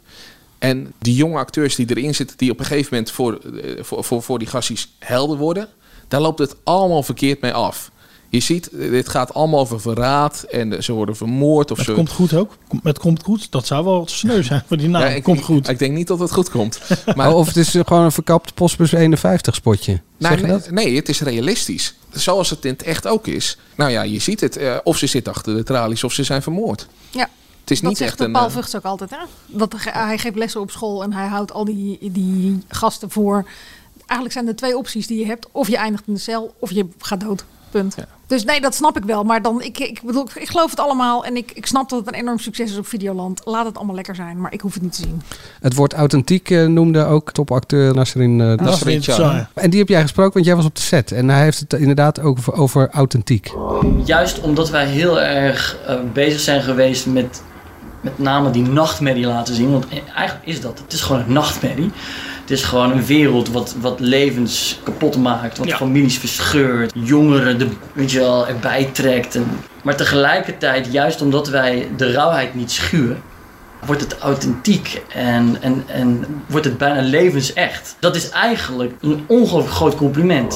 Speaker 8: En die jonge acteurs die erin zitten, die op een gegeven moment voor, voor, voor, voor die gasties helder worden, daar loopt het allemaal verkeerd mee af. Je ziet, dit gaat allemaal over verraad en ze worden vermoord. Of
Speaker 7: het
Speaker 8: zo.
Speaker 7: komt goed ook. Het komt goed. Dat zou wel sneu zijn voor die naam.
Speaker 8: Ja, ik,
Speaker 7: het komt goed.
Speaker 8: Ik, ik denk niet dat het goed komt. Maar,
Speaker 6: oh, of het is gewoon een verkapt Postbus eenenvijftig spotje.
Speaker 8: Nou,
Speaker 6: zeg je
Speaker 8: nee,
Speaker 6: dat?
Speaker 8: nee, het is realistisch. Zoals het in het echt ook is. Nou ja, je ziet het. Uh, of ze zitten achter de tralies of ze zijn vermoord.
Speaker 12: Ja.
Speaker 8: Het is
Speaker 12: dat
Speaker 8: niet
Speaker 12: zegt
Speaker 8: echt een.
Speaker 12: Paul Vugts ook altijd. Hè? Dat hij geeft lessen op school en hij houdt al die, die gasten voor. Eigenlijk zijn er twee opties die je hebt. Of je eindigt in de cel of je gaat dood. Punt. Ja. Dus nee, dat snap ik wel. Maar dan, ik, ik bedoel, ik geloof het allemaal. En ik, ik snap dat het een enorm succes is op Videoland. Laat het allemaal lekker zijn. Maar ik hoef het niet te zien.
Speaker 6: Het woord authentiek uh, noemde ook topacteur Nasrin uh,
Speaker 8: Nasrin Char.
Speaker 6: En die heb jij gesproken, want jij was op de set. En hij heeft het inderdaad ook over, over authentiek.
Speaker 20: Juist omdat wij heel erg uh, bezig zijn geweest met met name die nachtmerrie laten zien. Want eigenlijk is dat. Het is gewoon een nachtmerrie. Het is gewoon een wereld wat, wat levens kapot maakt. Wat ja. families verscheurt. Jongeren de, weet je wel, erbij trekt. En, maar tegelijkertijd, juist omdat wij de rauwheid niet schuwen, wordt het authentiek en, en, en wordt het bijna levensecht. Dat is eigenlijk een ongelooflijk groot compliment.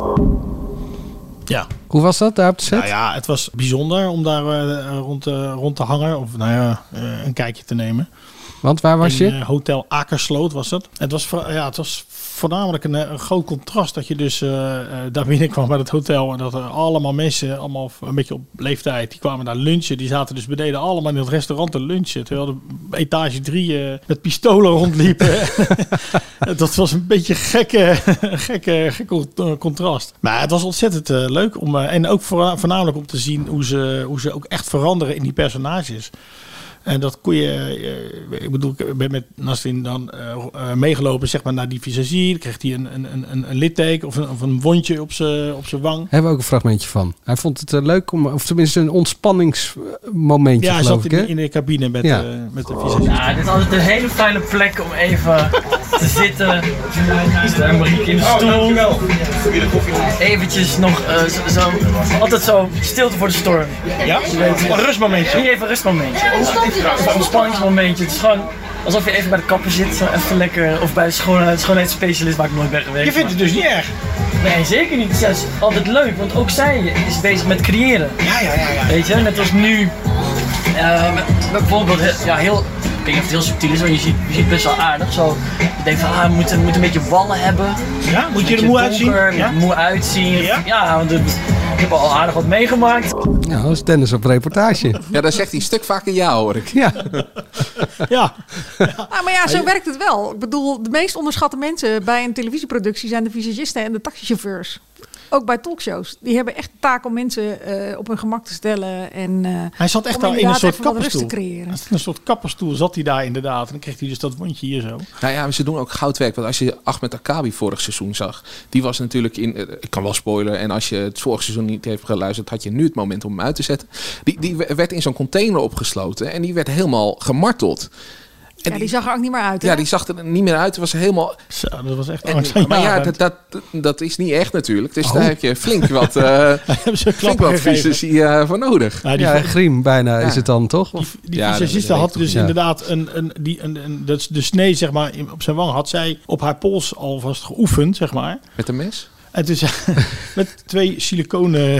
Speaker 7: Ja.
Speaker 6: Hoe was dat daar op de set?
Speaker 7: Nou ja, het was bijzonder om daar uh, rond, uh, rond te hangen. Of nou ja, uh, een kijkje te nemen.
Speaker 6: Want waar was
Speaker 7: in,
Speaker 6: je?
Speaker 7: Uh, Hotel Akersloot was het. Het was, ja, het was voornamelijk een, een groot contrast dat je dus uh, uh, daar binnenkwam bij het hotel. En dat er allemaal mensen, allemaal een beetje op leeftijd, die kwamen daar lunchen. Die zaten dus beneden allemaal in het restaurant te lunchen. Terwijl de etage drie uh, met pistolen rondliepen. Dat was een beetje gekke, gekke, gekke contrast. Maar het was ontzettend uh, leuk. Om, uh, en ook voor, voornamelijk om te zien hoe ze, hoe ze ook echt veranderen in die personages. En dat kon je, uh, ik bedoel, ik ben met Nasrin dan uh, uh, meegelopen zeg maar, naar die visagie. Dan kreeg hij een, een, een, een litteken of een, of een wondje op zijn op zijn wang.
Speaker 6: Hebben we ook een fragmentje van. Hij vond het uh, leuk, om, of tenminste een ontspanningsmomentje.
Speaker 7: Ja, hij
Speaker 6: zat
Speaker 7: zat
Speaker 6: ik,
Speaker 7: in, in de cabine met, ja. uh, met de visagie.
Speaker 20: Ja, dit is altijd een hele fijne plek om even te zitten. Daar Marieke in de stoel. Eventjes nog uh, zo, zo, altijd zo stilte voor de storm.
Speaker 7: Ja? Een rustmomentje.
Speaker 20: Hier even een rustmomentje. Een ontspanningsmomentje. Het is gewoon alsof je even bij de kapper zit, zo even lekker. Of bij de schoonheid, schoonheidsspecialist waar ik nooit ben geweest.
Speaker 7: Je vindt het dus niet erg?
Speaker 20: Nee, zeker niet. Het is juist altijd leuk, want ook zij is bezig met creëren.
Speaker 7: Ja, ja, ja. ja.
Speaker 20: Weet je, net als nu. Uh, bijvoorbeeld, ja, heel. Ik weet niet of het heel subtiel is, want je ziet, je ziet best wel aardig. Zo, je denkt van, ah, we moeten, we moeten een beetje wallen hebben.
Speaker 7: Ja, moet je er moe uitzien?
Speaker 20: Ja? Moe uitzien. Ja, ja want het, ik heb al aardig wat meegemaakt.
Speaker 6: Ja, dat is Dennis op reportage.
Speaker 8: Ja, dan zegt hij een stuk vaker ja, hoor ik.
Speaker 6: Ja.
Speaker 7: ja.
Speaker 12: Ah, maar ja, zo werkt het wel. Ik bedoel, de meest onderschatte mensen bij een televisieproductie zijn de visagisten en de taxichauffeurs. Ook bij talkshows. Die hebben echt de taak om mensen uh, op hun gemak te stellen. En, uh,
Speaker 7: hij zat echt al in een soort kapperstoel.
Speaker 12: In
Speaker 7: een soort kapperstoel zat hij daar inderdaad. En dan kreeg hij dus dat wondje hier zo.
Speaker 8: Nou ja, ze doen ook goud werk. Want als je Ahmed Akabi vorig seizoen zag. Die was natuurlijk in... Uh, ik kan wel spoileren. En als je het vorig seizoen niet heeft geluisterd. Had je nu het moment om hem uit te zetten. Die, die werd in zo'n container opgesloten. En die werd helemaal gemarteld.
Speaker 12: En ja, die zag er ook niet meer uit. Hè?
Speaker 8: Ja, die zag er niet meer uit. Het was helemaal...
Speaker 7: Zo, dat was echt
Speaker 8: en, maar ja, dat, dat, dat is niet echt natuurlijk. Dus oh. daar heb je flink wat, uh, flink wat visagie uh, voor nodig.
Speaker 6: Ja, die ja, griem bijna ja. is het dan, toch?
Speaker 7: Die, die ja, visagiste had dus ja. inderdaad een, een, die, een, een, de, de snee zeg maar, op zijn wang had zij op haar pols alvast geoefend, zeg maar.
Speaker 8: Met een mes?
Speaker 7: En dus met twee siliconen.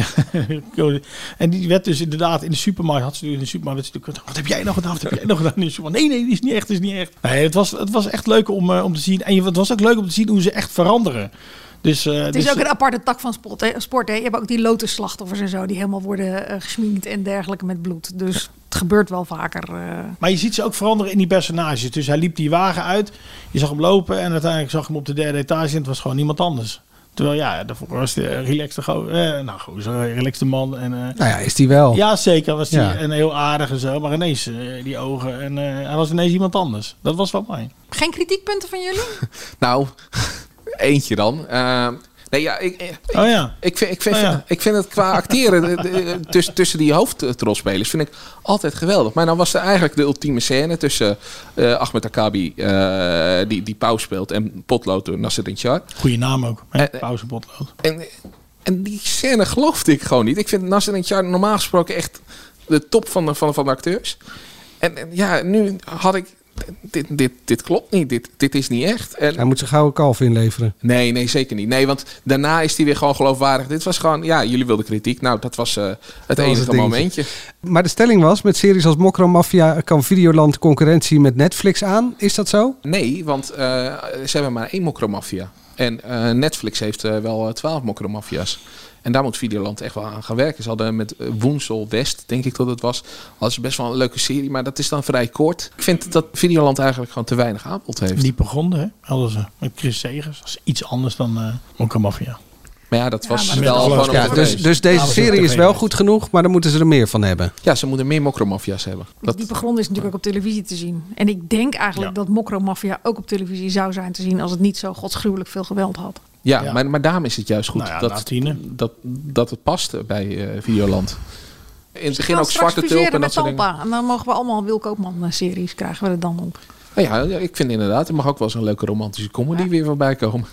Speaker 7: En die werd dus inderdaad in de supermarkt. Had ze in de supermarkt. Wat heb jij nog gedaan? Wat heb jij nog gedaan? In de supermarkt? Nee, nee, die is niet echt. Die is niet echt. Nee, het was, het was echt leuk om, uh, om te zien. En het was ook leuk om te zien hoe ze echt veranderen. Dus, uh,
Speaker 12: het is
Speaker 7: dus,
Speaker 12: ook een aparte tak van sport. Hè? sport hè? Je hebt ook die lotusslachtoffers en zo. Die helemaal worden uh, gesminkt en dergelijke met bloed. Dus het gebeurt wel vaker. Uh...
Speaker 7: Maar je ziet ze ook veranderen in die personages. Dus hij liep die wagen uit. Je zag hem lopen. En uiteindelijk zag je hem op de derde etage. En het was gewoon niemand anders. Terwijl ja, daarvoor was de relaxte, go- eh, nou goed, zo'n relaxte man. En, uh,
Speaker 6: nou ja, is die wel.
Speaker 7: Ja, zeker. Was die
Speaker 6: ja.
Speaker 7: en heel aardig en zo. Maar ineens uh, die ogen. En uh, hij was ineens iemand anders. Dat was wel mooi.
Speaker 12: Geen kritiekpunten van jullie?
Speaker 8: Nou, eentje dan. Uh, nee, ja, ik, ik,
Speaker 7: oh ja.
Speaker 8: Ik vind, ik vind,
Speaker 7: oh ja.
Speaker 8: ik vind het qua acteren tussen, tussen die hoofdrolspelers vind ik altijd geweldig. Maar dan was er eigenlijk de ultieme scène tussen uh, Ahmed Akabi, uh, die, die Pauw speelt, en Potlood door Nasreddin Char.
Speaker 7: Goeie naam ook, hè? Uh, Pauw en Potlood.
Speaker 8: En, en die scène geloofde ik gewoon niet. Ik vind Nasreddin Char normaal gesproken echt de top van de, van, van de acteurs. En, en ja, nu had ik... Dit, dit, dit klopt niet. Dit, dit is niet echt. En
Speaker 6: hij moet zijn gouden kalf inleveren.
Speaker 8: Nee, nee, zeker niet. Nee, want daarna is hij weer gewoon geloofwaardig. Dit was gewoon, ja, jullie wilden kritiek. Nou, dat was uh, het dat enige was het momentje.
Speaker 6: Maar de stelling was, met series als Mokro Mafia kan Videoland concurrentie met Netflix aan. Is dat zo?
Speaker 8: Nee, want uh, ze hebben maar één Mokro Mafia. En uh, Netflix heeft uh, wel twaalf Mokro Mafia's. En daar moet Videoland echt wel aan gaan werken. Ze hadden met Woensel West, denk ik dat het was, hadden ze best wel een leuke serie. Maar dat is dan vrij kort. Ik vind dat Videoland eigenlijk gewoon te weinig aanbod heeft.
Speaker 7: Die begonnen, hè? Hadden ze met Chris Segers. Dat is iets anders dan uh, Mokro Mafia.
Speaker 8: Maar ja, dat was
Speaker 12: ja,
Speaker 8: wel gewoon...
Speaker 6: Ja, dus, dus deze ja, serie is wel goed genoeg, maar dan moeten ze er meer van hebben.
Speaker 8: Ja, ze moeten meer Mokro Mafia's hebben.
Speaker 12: Dat... Die begrond is natuurlijk ook op televisie te zien. En ik denk eigenlijk ja. dat Mokro Mafia ook op televisie zou zijn te zien als het niet zo godsgruwelijk veel geweld had.
Speaker 8: Ja, ja. Maar, maar daarom is het juist goed
Speaker 7: nou ja,
Speaker 8: dat, dat, dat het past bij uh, Videoland. In het begin ook Zwarte Tulp en dat soort dingen.
Speaker 12: En dan mogen we allemaal Wil Koopman-series krijgen we er dan op.
Speaker 8: Nou ja, ik vind inderdaad, er mag ook wel eens een leuke romantische comedy ja. weer voorbij komen.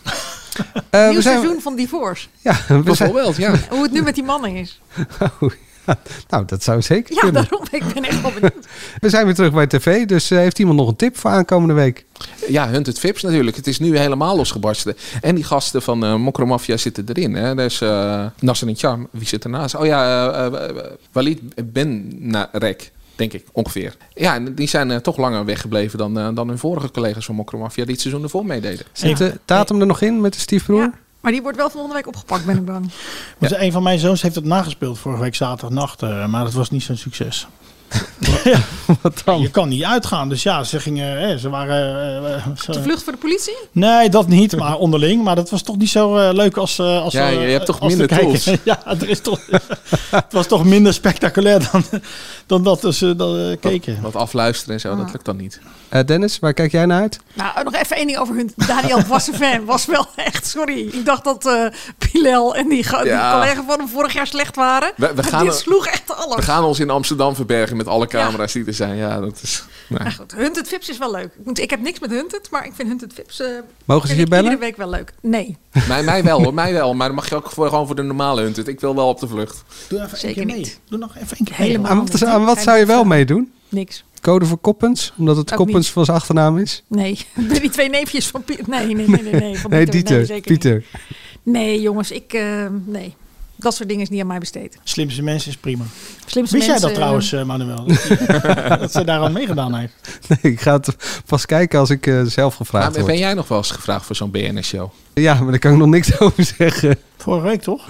Speaker 12: Uh, Nieuw zijn... seizoen van Divorce.
Speaker 6: Ja,
Speaker 8: bijvoorbeeld, ja.
Speaker 12: Hoe het nu met die mannen is.
Speaker 6: Oh, ja. Nou, dat zou zeker
Speaker 12: ja,
Speaker 6: kunnen.
Speaker 12: Ja, daarom. Ik ben echt wel benieuwd.
Speaker 6: We zijn weer terug bij tv, dus uh, heeft iemand nog een tip voor aankomende week?
Speaker 8: Ja, Hunted Vips natuurlijk. Het is nu helemaal losgebarsten. En die gasten van uh, Mokro Mafia zitten erin. Hè. Dus uh, Nasreddin Char, wie zit ernaast? Oh ja, uh, uh, Walid Benarek. Denk ik, ongeveer. Ja, en die zijn uh, toch langer weggebleven dan, uh, dan hun vorige collega's van Mokromafia die het seizoen ervoor meededen.
Speaker 6: Zit de Tatum er nog in met de stiefbroer?
Speaker 12: Ja, maar die wordt wel volgende week opgepakt, ben ik bang.
Speaker 7: Ja. Een van mijn zoons heeft het nagespeeld vorige week zaterdagnacht, uh, maar dat was niet zo'n succes. Ja. Wat dan? Je kan niet uitgaan. Dus ja, ze gingen... Hè, ze waren... Uh, zo...
Speaker 12: De vlucht voor de politie?
Speaker 7: Nee, dat niet. Maar onderling. Maar dat was toch niet zo uh, leuk als... Uh, als
Speaker 8: ja, je
Speaker 7: uh,
Speaker 8: hebt toch minder tools.
Speaker 7: Ja, er is toch... het was toch minder spectaculair dan, dan dat we uh, dat, uh, keken.
Speaker 8: Wat, wat afluisteren en zo, ah. dat lukt dan niet.
Speaker 6: Uh, Dennis, waar kijk jij naar uit?
Speaker 12: Nou, nog even één ding over hun. Daniel was een fan. Was wel echt, sorry. Ik dacht dat uh, Bilal en die, die ja. collega van hem vorig jaar slecht waren.
Speaker 8: We, we gaan,
Speaker 12: dit sloeg echt alles.
Speaker 8: We gaan ons in Amsterdam verbergen met alle camera's ja. die er zijn. Ja, dat is... Nee.
Speaker 12: Nou goed, Hunted Vips is wel leuk. Ik, moet, ik heb niks met Hunted, maar ik vind Hunted Vips... Uh,
Speaker 6: Mogen ze je bellen?
Speaker 12: Iedere week wel leuk. Nee.
Speaker 8: mij, mij wel hoor, mij wel. Maar dan mag je ook voor, gewoon voor de normale Hunted. Ik wil wel op de vlucht.
Speaker 7: Doe even
Speaker 12: Zeker
Speaker 7: een keer
Speaker 12: niet.
Speaker 7: mee. Doe nog even een keer
Speaker 12: Helemaal
Speaker 6: aan wat, aan wat zou je wel meedoen?
Speaker 12: Niks.
Speaker 6: Code voor Koppens? Omdat het ook Koppens niet. Van zijn achternaam is?
Speaker 12: Nee, die twee neefjes van Pieter. Nee, nee, nee, nee. Nee, van
Speaker 6: nee
Speaker 12: Pieter.
Speaker 6: Dieter.
Speaker 12: Nee, zeker
Speaker 6: Pieter.
Speaker 12: Niet. Nee, jongens, ik... Uh, nee. Dat soort dingen is niet aan mij besteed.
Speaker 7: Slimste mensen is prima.
Speaker 12: Slimste
Speaker 7: Wist
Speaker 12: mensen,
Speaker 7: jij dat trouwens, uh, Manuel? Dat, dat zij daar aan meegedaan heeft.
Speaker 6: Nee, ik ga het pas kijken als ik uh, zelf gevraagd
Speaker 8: maar,
Speaker 6: word.
Speaker 8: Ben jij nog wel eens gevraagd voor zo'n B N S-show?
Speaker 6: Ja, maar daar kan ik nog niks over zeggen.
Speaker 7: Vorige week toch?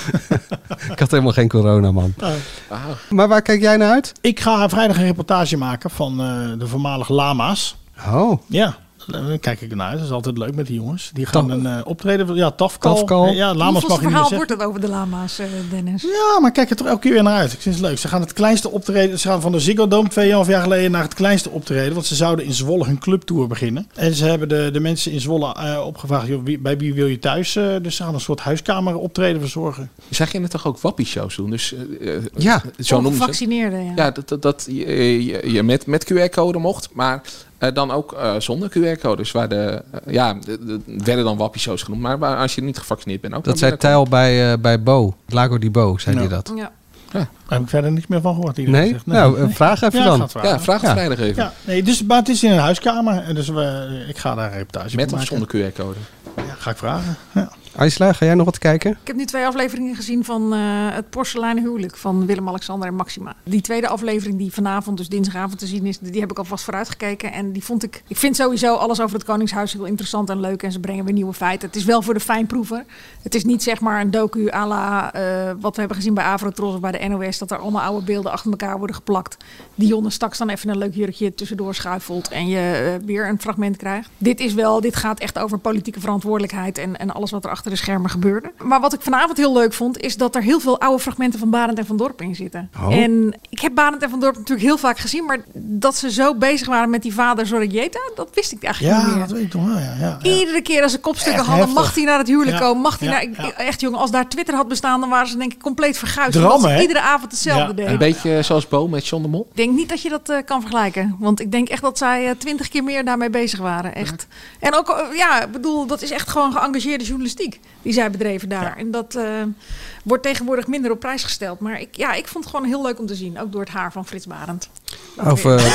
Speaker 6: Ik had helemaal geen corona, man. Oh. Wow. Maar waar kijk jij naar uit?
Speaker 7: Ik ga vrijdag een reportage maken van uh, de voormalige lama's.
Speaker 6: Oh.
Speaker 7: Ja. Daar kijk ik naar uit. Dat is altijd leuk met die jongens. Die gaan een uh, optreden. Ja, Tafkal.
Speaker 6: Tafkal.
Speaker 7: Ja, lama's
Speaker 12: Hoeveel
Speaker 7: mag je niet
Speaker 12: verhaal
Speaker 7: meer
Speaker 12: wordt het over de lama's, uh, Dennis?
Speaker 7: Ja, maar kijk er toch elke keer weer naar uit. Ik vind het leuk. Ze gaan het kleinste optreden. Ze gaan van de Ziggo Dome tweeënhalf jaar geleden naar het kleinste optreden. Want ze zouden in Zwolle hun clubtour beginnen. En ze hebben de, de mensen in Zwolle uh, opgevraagd. Joh, wie, bij wie wil je thuis? Uh, dus ze gaan een soort huiskamer optreden verzorgen.
Speaker 8: Zag je het toch ook wappie-shows doen? Dus, uh,
Speaker 6: ja.
Speaker 8: Zo noemen ze.
Speaker 12: Gevaccineerden, ja.
Speaker 8: Ja, dat, dat, dat je, je, je met, met Q R-code mocht. Maar... Uh, dan ook uh, zonder Q R-codes. Waar de, uh, ja, de, de, werden dan wappie-shows genoemd. Maar waar, als je niet gevaccineerd bent ook.
Speaker 6: Dat zei Tijl bij, uh, bij Bo. Lago di Bo, zei hij ja. dat.
Speaker 12: Ja.
Speaker 7: Ja. Daar heb ik verder niks meer van gehoord.
Speaker 6: Nee? nee? Nou, uh, vraag even
Speaker 8: ja,
Speaker 6: dan.
Speaker 8: Ja, vraag het ja. vrijdag even.
Speaker 7: Ja, nee, dus, maar het is in een huiskamer. En dus we, ik ga daar een reportage
Speaker 8: met
Speaker 7: maken.
Speaker 8: of zonder Q R-code?
Speaker 7: Ja, ga ik vragen. Ja.
Speaker 6: Aisla, ga jij nog wat kijken?
Speaker 12: Ik heb nu twee afleveringen gezien van uh, het porseleinen huwelijk van Willem-Alexander en Maxima. Die tweede aflevering die vanavond, dus dinsdagavond te zien is, die heb ik alvast vooruitgekeken. En die vond ik, ik vind sowieso alles over het Koningshuis heel interessant en leuk. En ze brengen weer nieuwe feiten. Het is wel voor de fijnproever. Het is niet zeg maar een docu à la uh, wat we hebben gezien bij Avrotros of bij de N O S. Dat er allemaal oude beelden achter elkaar worden geplakt. Dionne straks dan even een leuk jurkje tussendoor schuifelt en je uh, weer een fragment krijgt. Dit is wel, dit gaat echt over politieke verantwoordelijkheid en, en alles wat er achter de schermen gebeurde. Maar wat ik vanavond heel leuk vond, is dat er heel veel oude fragmenten van Barend en Van Dorp in zitten. Oh. En ik heb Barend en Van Dorp natuurlijk heel vaak gezien, maar dat ze zo bezig waren met die vader Zorregieta, dat wist ik eigenlijk
Speaker 7: ja,
Speaker 12: niet meer.
Speaker 7: Ja, dat weet ik toch wel. Ja, ja, ja.
Speaker 12: Iedere keer als ze kopstukken
Speaker 7: echt
Speaker 12: hadden,
Speaker 7: heftig.
Speaker 12: mag hij naar het huwelijk
Speaker 7: ja,
Speaker 12: komen, mag hij
Speaker 7: ja,
Speaker 12: naar...
Speaker 7: Ja.
Speaker 12: Echt jongen, als daar Twitter had bestaan, dan waren ze denk ik compleet verguisd.
Speaker 7: Drammen,
Speaker 12: omdat ze
Speaker 7: hè?
Speaker 12: iedere avond hetzelfde
Speaker 7: Ja.
Speaker 12: deden.
Speaker 8: Een beetje zoals Bo met John de Mol?
Speaker 12: Ik denk niet dat je dat uh, kan vergelijken. Want ik denk echt dat zij twintig uh, keer meer daarmee bezig waren. Echt. Ja. En ook, uh, ja, ik bedoel, dat is echt gewoon geëngageerde journalistiek die zij bedreven daar. Ja. En dat uh, wordt tegenwoordig minder op prijs gesteld. Maar ik, ja, ik vond het gewoon heel leuk om te zien. Ook door het haar van Frits Barend.
Speaker 6: Of, uh...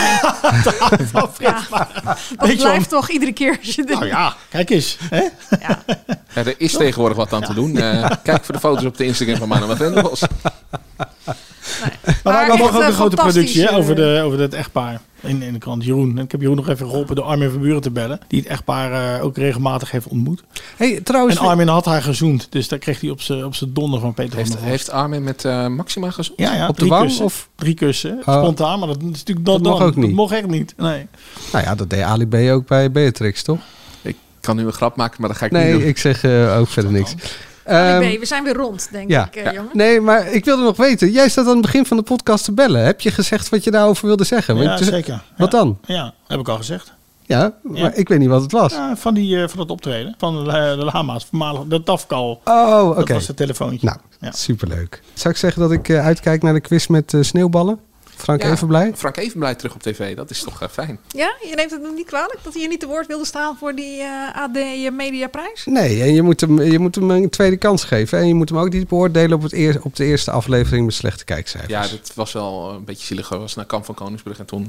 Speaker 7: van Frits
Speaker 12: ja, dat blijft toch iedere keer als je...
Speaker 7: Nou ja, kijk eens. Hè?
Speaker 12: Ja.
Speaker 8: Ja, er is tegenwoordig wat aan ja. te doen. Uh, kijk voor de foto's op de Instagram van Manuel Vendels.
Speaker 12: Nee.
Speaker 7: Maar, maar we hebben ook een grote productie hè,
Speaker 12: uh,
Speaker 7: over, de, over het echtpaar in, in de krant. Jeroen. En ik heb Jeroen nog even geholpen door Armin van Buren te bellen. Die het echtpaar uh, ook regelmatig heeft ontmoet.
Speaker 6: Hey, trouwens,
Speaker 7: en Armin had haar gezoend. Dus daar kreeg hij op zijn op zijn donder van Peter
Speaker 8: heeft,
Speaker 7: van der Vos.
Speaker 8: Heeft Armin met uh, Maxima gezoend?
Speaker 7: Ja, ja,
Speaker 6: op de wang?
Speaker 7: Kussen.
Speaker 6: Of?
Speaker 7: Drie kussen.
Speaker 6: Oh.
Speaker 7: Spontaan. Maar dat is natuurlijk dat,
Speaker 6: dat mocht ook niet.
Speaker 7: Dat mocht echt niet. Nee.
Speaker 6: Nou ja, dat deed Ali B ook bij Beatrix, toch?
Speaker 8: Ik kan nu een grap maken, maar dat ga ik
Speaker 6: nee,
Speaker 8: niet doen.
Speaker 6: Nee, ik zeg uh, ook verder niks.
Speaker 12: Um, we zijn weer rond, denk
Speaker 6: ja.
Speaker 12: ik, uh,
Speaker 6: ja.
Speaker 12: jongen.
Speaker 6: Nee, maar ik wilde nog weten. Jij staat aan het begin van de podcast te bellen. Heb je gezegd wat je daarover wilde zeggen?
Speaker 7: Ja,
Speaker 6: Want,
Speaker 7: zeker.
Speaker 6: Wat
Speaker 7: ja.
Speaker 6: dan?
Speaker 7: Ja, heb ik al gezegd.
Speaker 6: Ja, maar ja. ik weet niet wat het was.
Speaker 7: Ja, van, die, uh, van dat optreden. Van de, de lama's. Voormalig, de Tafkal.
Speaker 6: Oh, oké.
Speaker 7: Dat was het telefoontje.
Speaker 6: Nou,
Speaker 7: ja.
Speaker 6: superleuk. Zou ik zeggen dat ik uh, uitkijk naar de quiz met uh, sneeuwballen? Frank
Speaker 8: ja,
Speaker 6: Evenblij?
Speaker 8: Frank Evenblij terug op tv, dat is toch uh, fijn.
Speaker 12: Ja, je neemt het nog niet kwalijk dat hij hier niet te woord wilde staan voor die uh, A D Mediaprijs?
Speaker 6: Nee, en je moet, hem, je moet hem een tweede kans geven. En je moet hem ook niet beoordelen op, het eer, op de eerste aflevering met slechte kijkcijfers.
Speaker 8: Ja, dat was wel een beetje zielig. Ik was naar Kamp van Koningsbrug en toen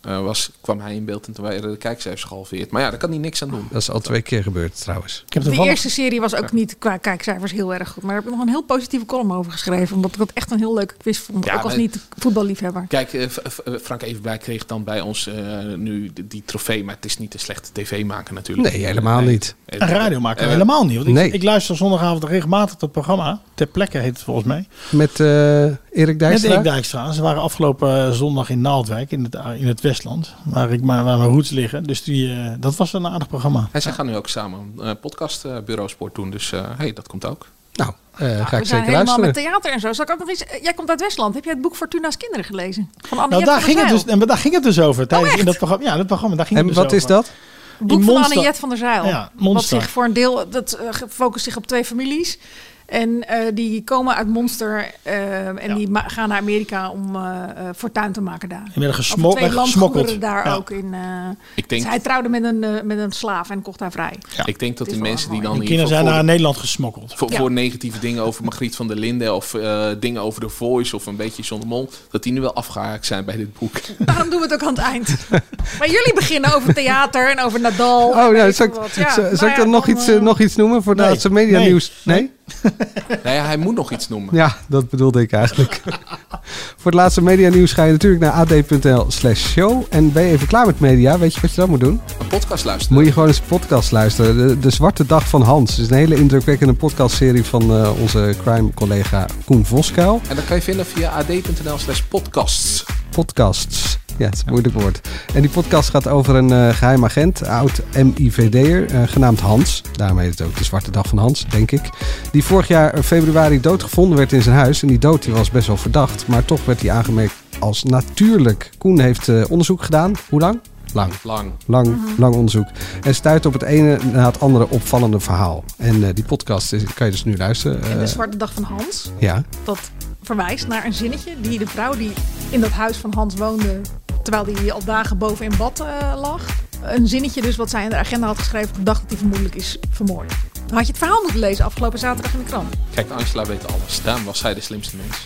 Speaker 8: uh, was, kwam hij in beeld en toen waren de kijkcijfers gehalveerd. Maar ja, daar kan hij niks aan doen.
Speaker 6: Dat is al twee keer gebeurd trouwens.
Speaker 12: Ik heb de eerste serie was ook niet qua kijkcijfers heel erg goed. Maar daar heb ik nog een heel positieve column over geschreven. Omdat ik dat echt een heel leuke quiz vond. Ja, ook als niet voetballiefhebber.
Speaker 8: Kijk, uh, Frank Evenblij kreeg dan bij ons uh, nu die, die trofee. Maar het is niet een slechte tv maken natuurlijk.
Speaker 6: Nee, helemaal nee. niet.
Speaker 7: Een radio maken uh, helemaal niet. Want
Speaker 6: nee.
Speaker 7: ik, ik luister zondagavond regelmatig dat programma. Ter plekke heet het volgens mij.
Speaker 6: Met uh, Erik Dijkstra?
Speaker 7: Met Erik Dijkstra. Ze waren afgelopen zondag in Naaldwijk in het, in het Westland. Waar, ik, waar mijn roots liggen. Dus die, uh, dat was een aardig programma.
Speaker 8: En zij gaan nu ook samen een uh, podcast uh, Bureau Sport doen. Dus uh, hey, dat komt ook.
Speaker 6: Nou, uh,
Speaker 12: ja,
Speaker 6: ga ik
Speaker 12: we
Speaker 6: zeker
Speaker 12: zijn
Speaker 6: luisteren.
Speaker 12: helemaal met theater en zo. Zal ik ook nog iets? Jij komt uit Westland. Heb jij het boek Fortuna's Kinderen gelezen? Van Anne
Speaker 7: nou, daar ging, het dus, en daar ging het dus over. Tijdens
Speaker 12: oh,
Speaker 7: in dat programma. Ja, dat programma. Daar ging
Speaker 6: en
Speaker 7: het dus
Speaker 6: wat
Speaker 7: over.
Speaker 6: is dat?
Speaker 12: Een boek van Anne-Jet van der Zijl.
Speaker 7: Ja,
Speaker 12: wat zich voor een deel, dat uh, focust zich op twee families. En uh, die komen uit Monster uh, en ja. die ma- gaan naar Amerika om uh, uh, fortuin te maken daar.
Speaker 7: En werden gesmo-
Speaker 12: twee landgoederen daar
Speaker 7: ja.
Speaker 12: ook in. Uh,
Speaker 8: ik denk,
Speaker 12: dus hij trouwde met een, uh, met een slaaf en kocht haar vrij.
Speaker 8: Ja. Ik denk dat die mensen die dan...
Speaker 7: Die kinderen zijn naar Nederland gesmokkeld.
Speaker 8: Voor,
Speaker 12: ja.
Speaker 8: voor negatieve dingen over Margriet van der Linden of uh, dingen over The Voice of een beetje zonder mol, dat die nu wel afgehaakt zijn bij dit boek.
Speaker 12: Daarom doen we het ook aan het eind. Maar jullie beginnen over theater en over Nadal.
Speaker 6: Oh ja, zal ik, ja, zal, nou zal ik dan ja, nog, dan, iets, uh, nog iets noemen voor de laatste nee, media nee, nieuws? Nee? nee?
Speaker 8: Nee, ja, hij moet nog iets noemen.
Speaker 6: Ja, dat bedoelde ik eigenlijk. Voor het laatste media nieuws ga je natuurlijk naar ad.nl slash show. En ben je even klaar met media, weet je wat je dan moet doen?
Speaker 8: Een podcast luisteren.
Speaker 6: Moet je gewoon eens een podcast luisteren. De, de Zwarte Dag van Hans. is een hele indrukwekkende podcastserie van uh, onze crime-collega Koen Voskuil.
Speaker 8: En dat kan je vinden via ad.nl slash podcasts.
Speaker 6: Podcasts. Ja, het is een moeilijk woord. En die podcast gaat over een uh, geheim agent, oud M I V D'er, uh, genaamd Hans. Daarom heet het ook de Zwarte Dag van Hans, denk ik. Die vorig jaar februari doodgevonden werd in zijn huis. En die dood die was best wel verdacht, maar toch werd hij aangemerkt als natuurlijk. Koen heeft uh, onderzoek gedaan. Hoe lang? Lang.
Speaker 8: Lang.
Speaker 6: Lang, mm-hmm. lang onderzoek. En stuit op het ene na het andere opvallende verhaal. En uh, die podcast is, kan je dus nu luisteren. Uh,
Speaker 12: en de Zwarte Dag van Hans.
Speaker 6: Ja.
Speaker 12: Dat verwijst naar een zinnetje die de vrouw die in dat huis van Hans woonde, terwijl hij al dagen boven in bad uh, lag. Een zinnetje dus wat zij in de agenda had geschreven op de dag dat hij vermoedelijk is vermoord. Dan had je het verhaal moeten lezen afgelopen zaterdag in de krant.
Speaker 8: Kijk, Angela weet alles. Daarom was zij de slimste mens.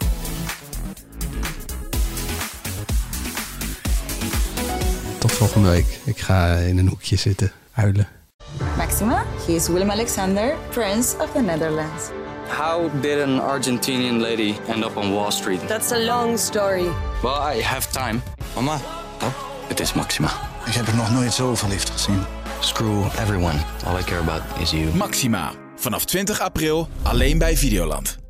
Speaker 6: Tot volgende week. Ik ga in een hoekje zitten, huilen.
Speaker 1: Maxima, he is Willem Alexander, Prince of the Netherlands.
Speaker 2: How did an Argentinian lady end up on Wall Street?
Speaker 3: That's a long story.
Speaker 2: Well, I have time.
Speaker 4: Mama,
Speaker 2: oh, het is Maxima.
Speaker 4: Ik heb er nog nooit zo verliefd gezien.
Speaker 2: Screw everyone. All I care about is you.
Speaker 5: Maxima. Vanaf twintig april alleen bij Videoland.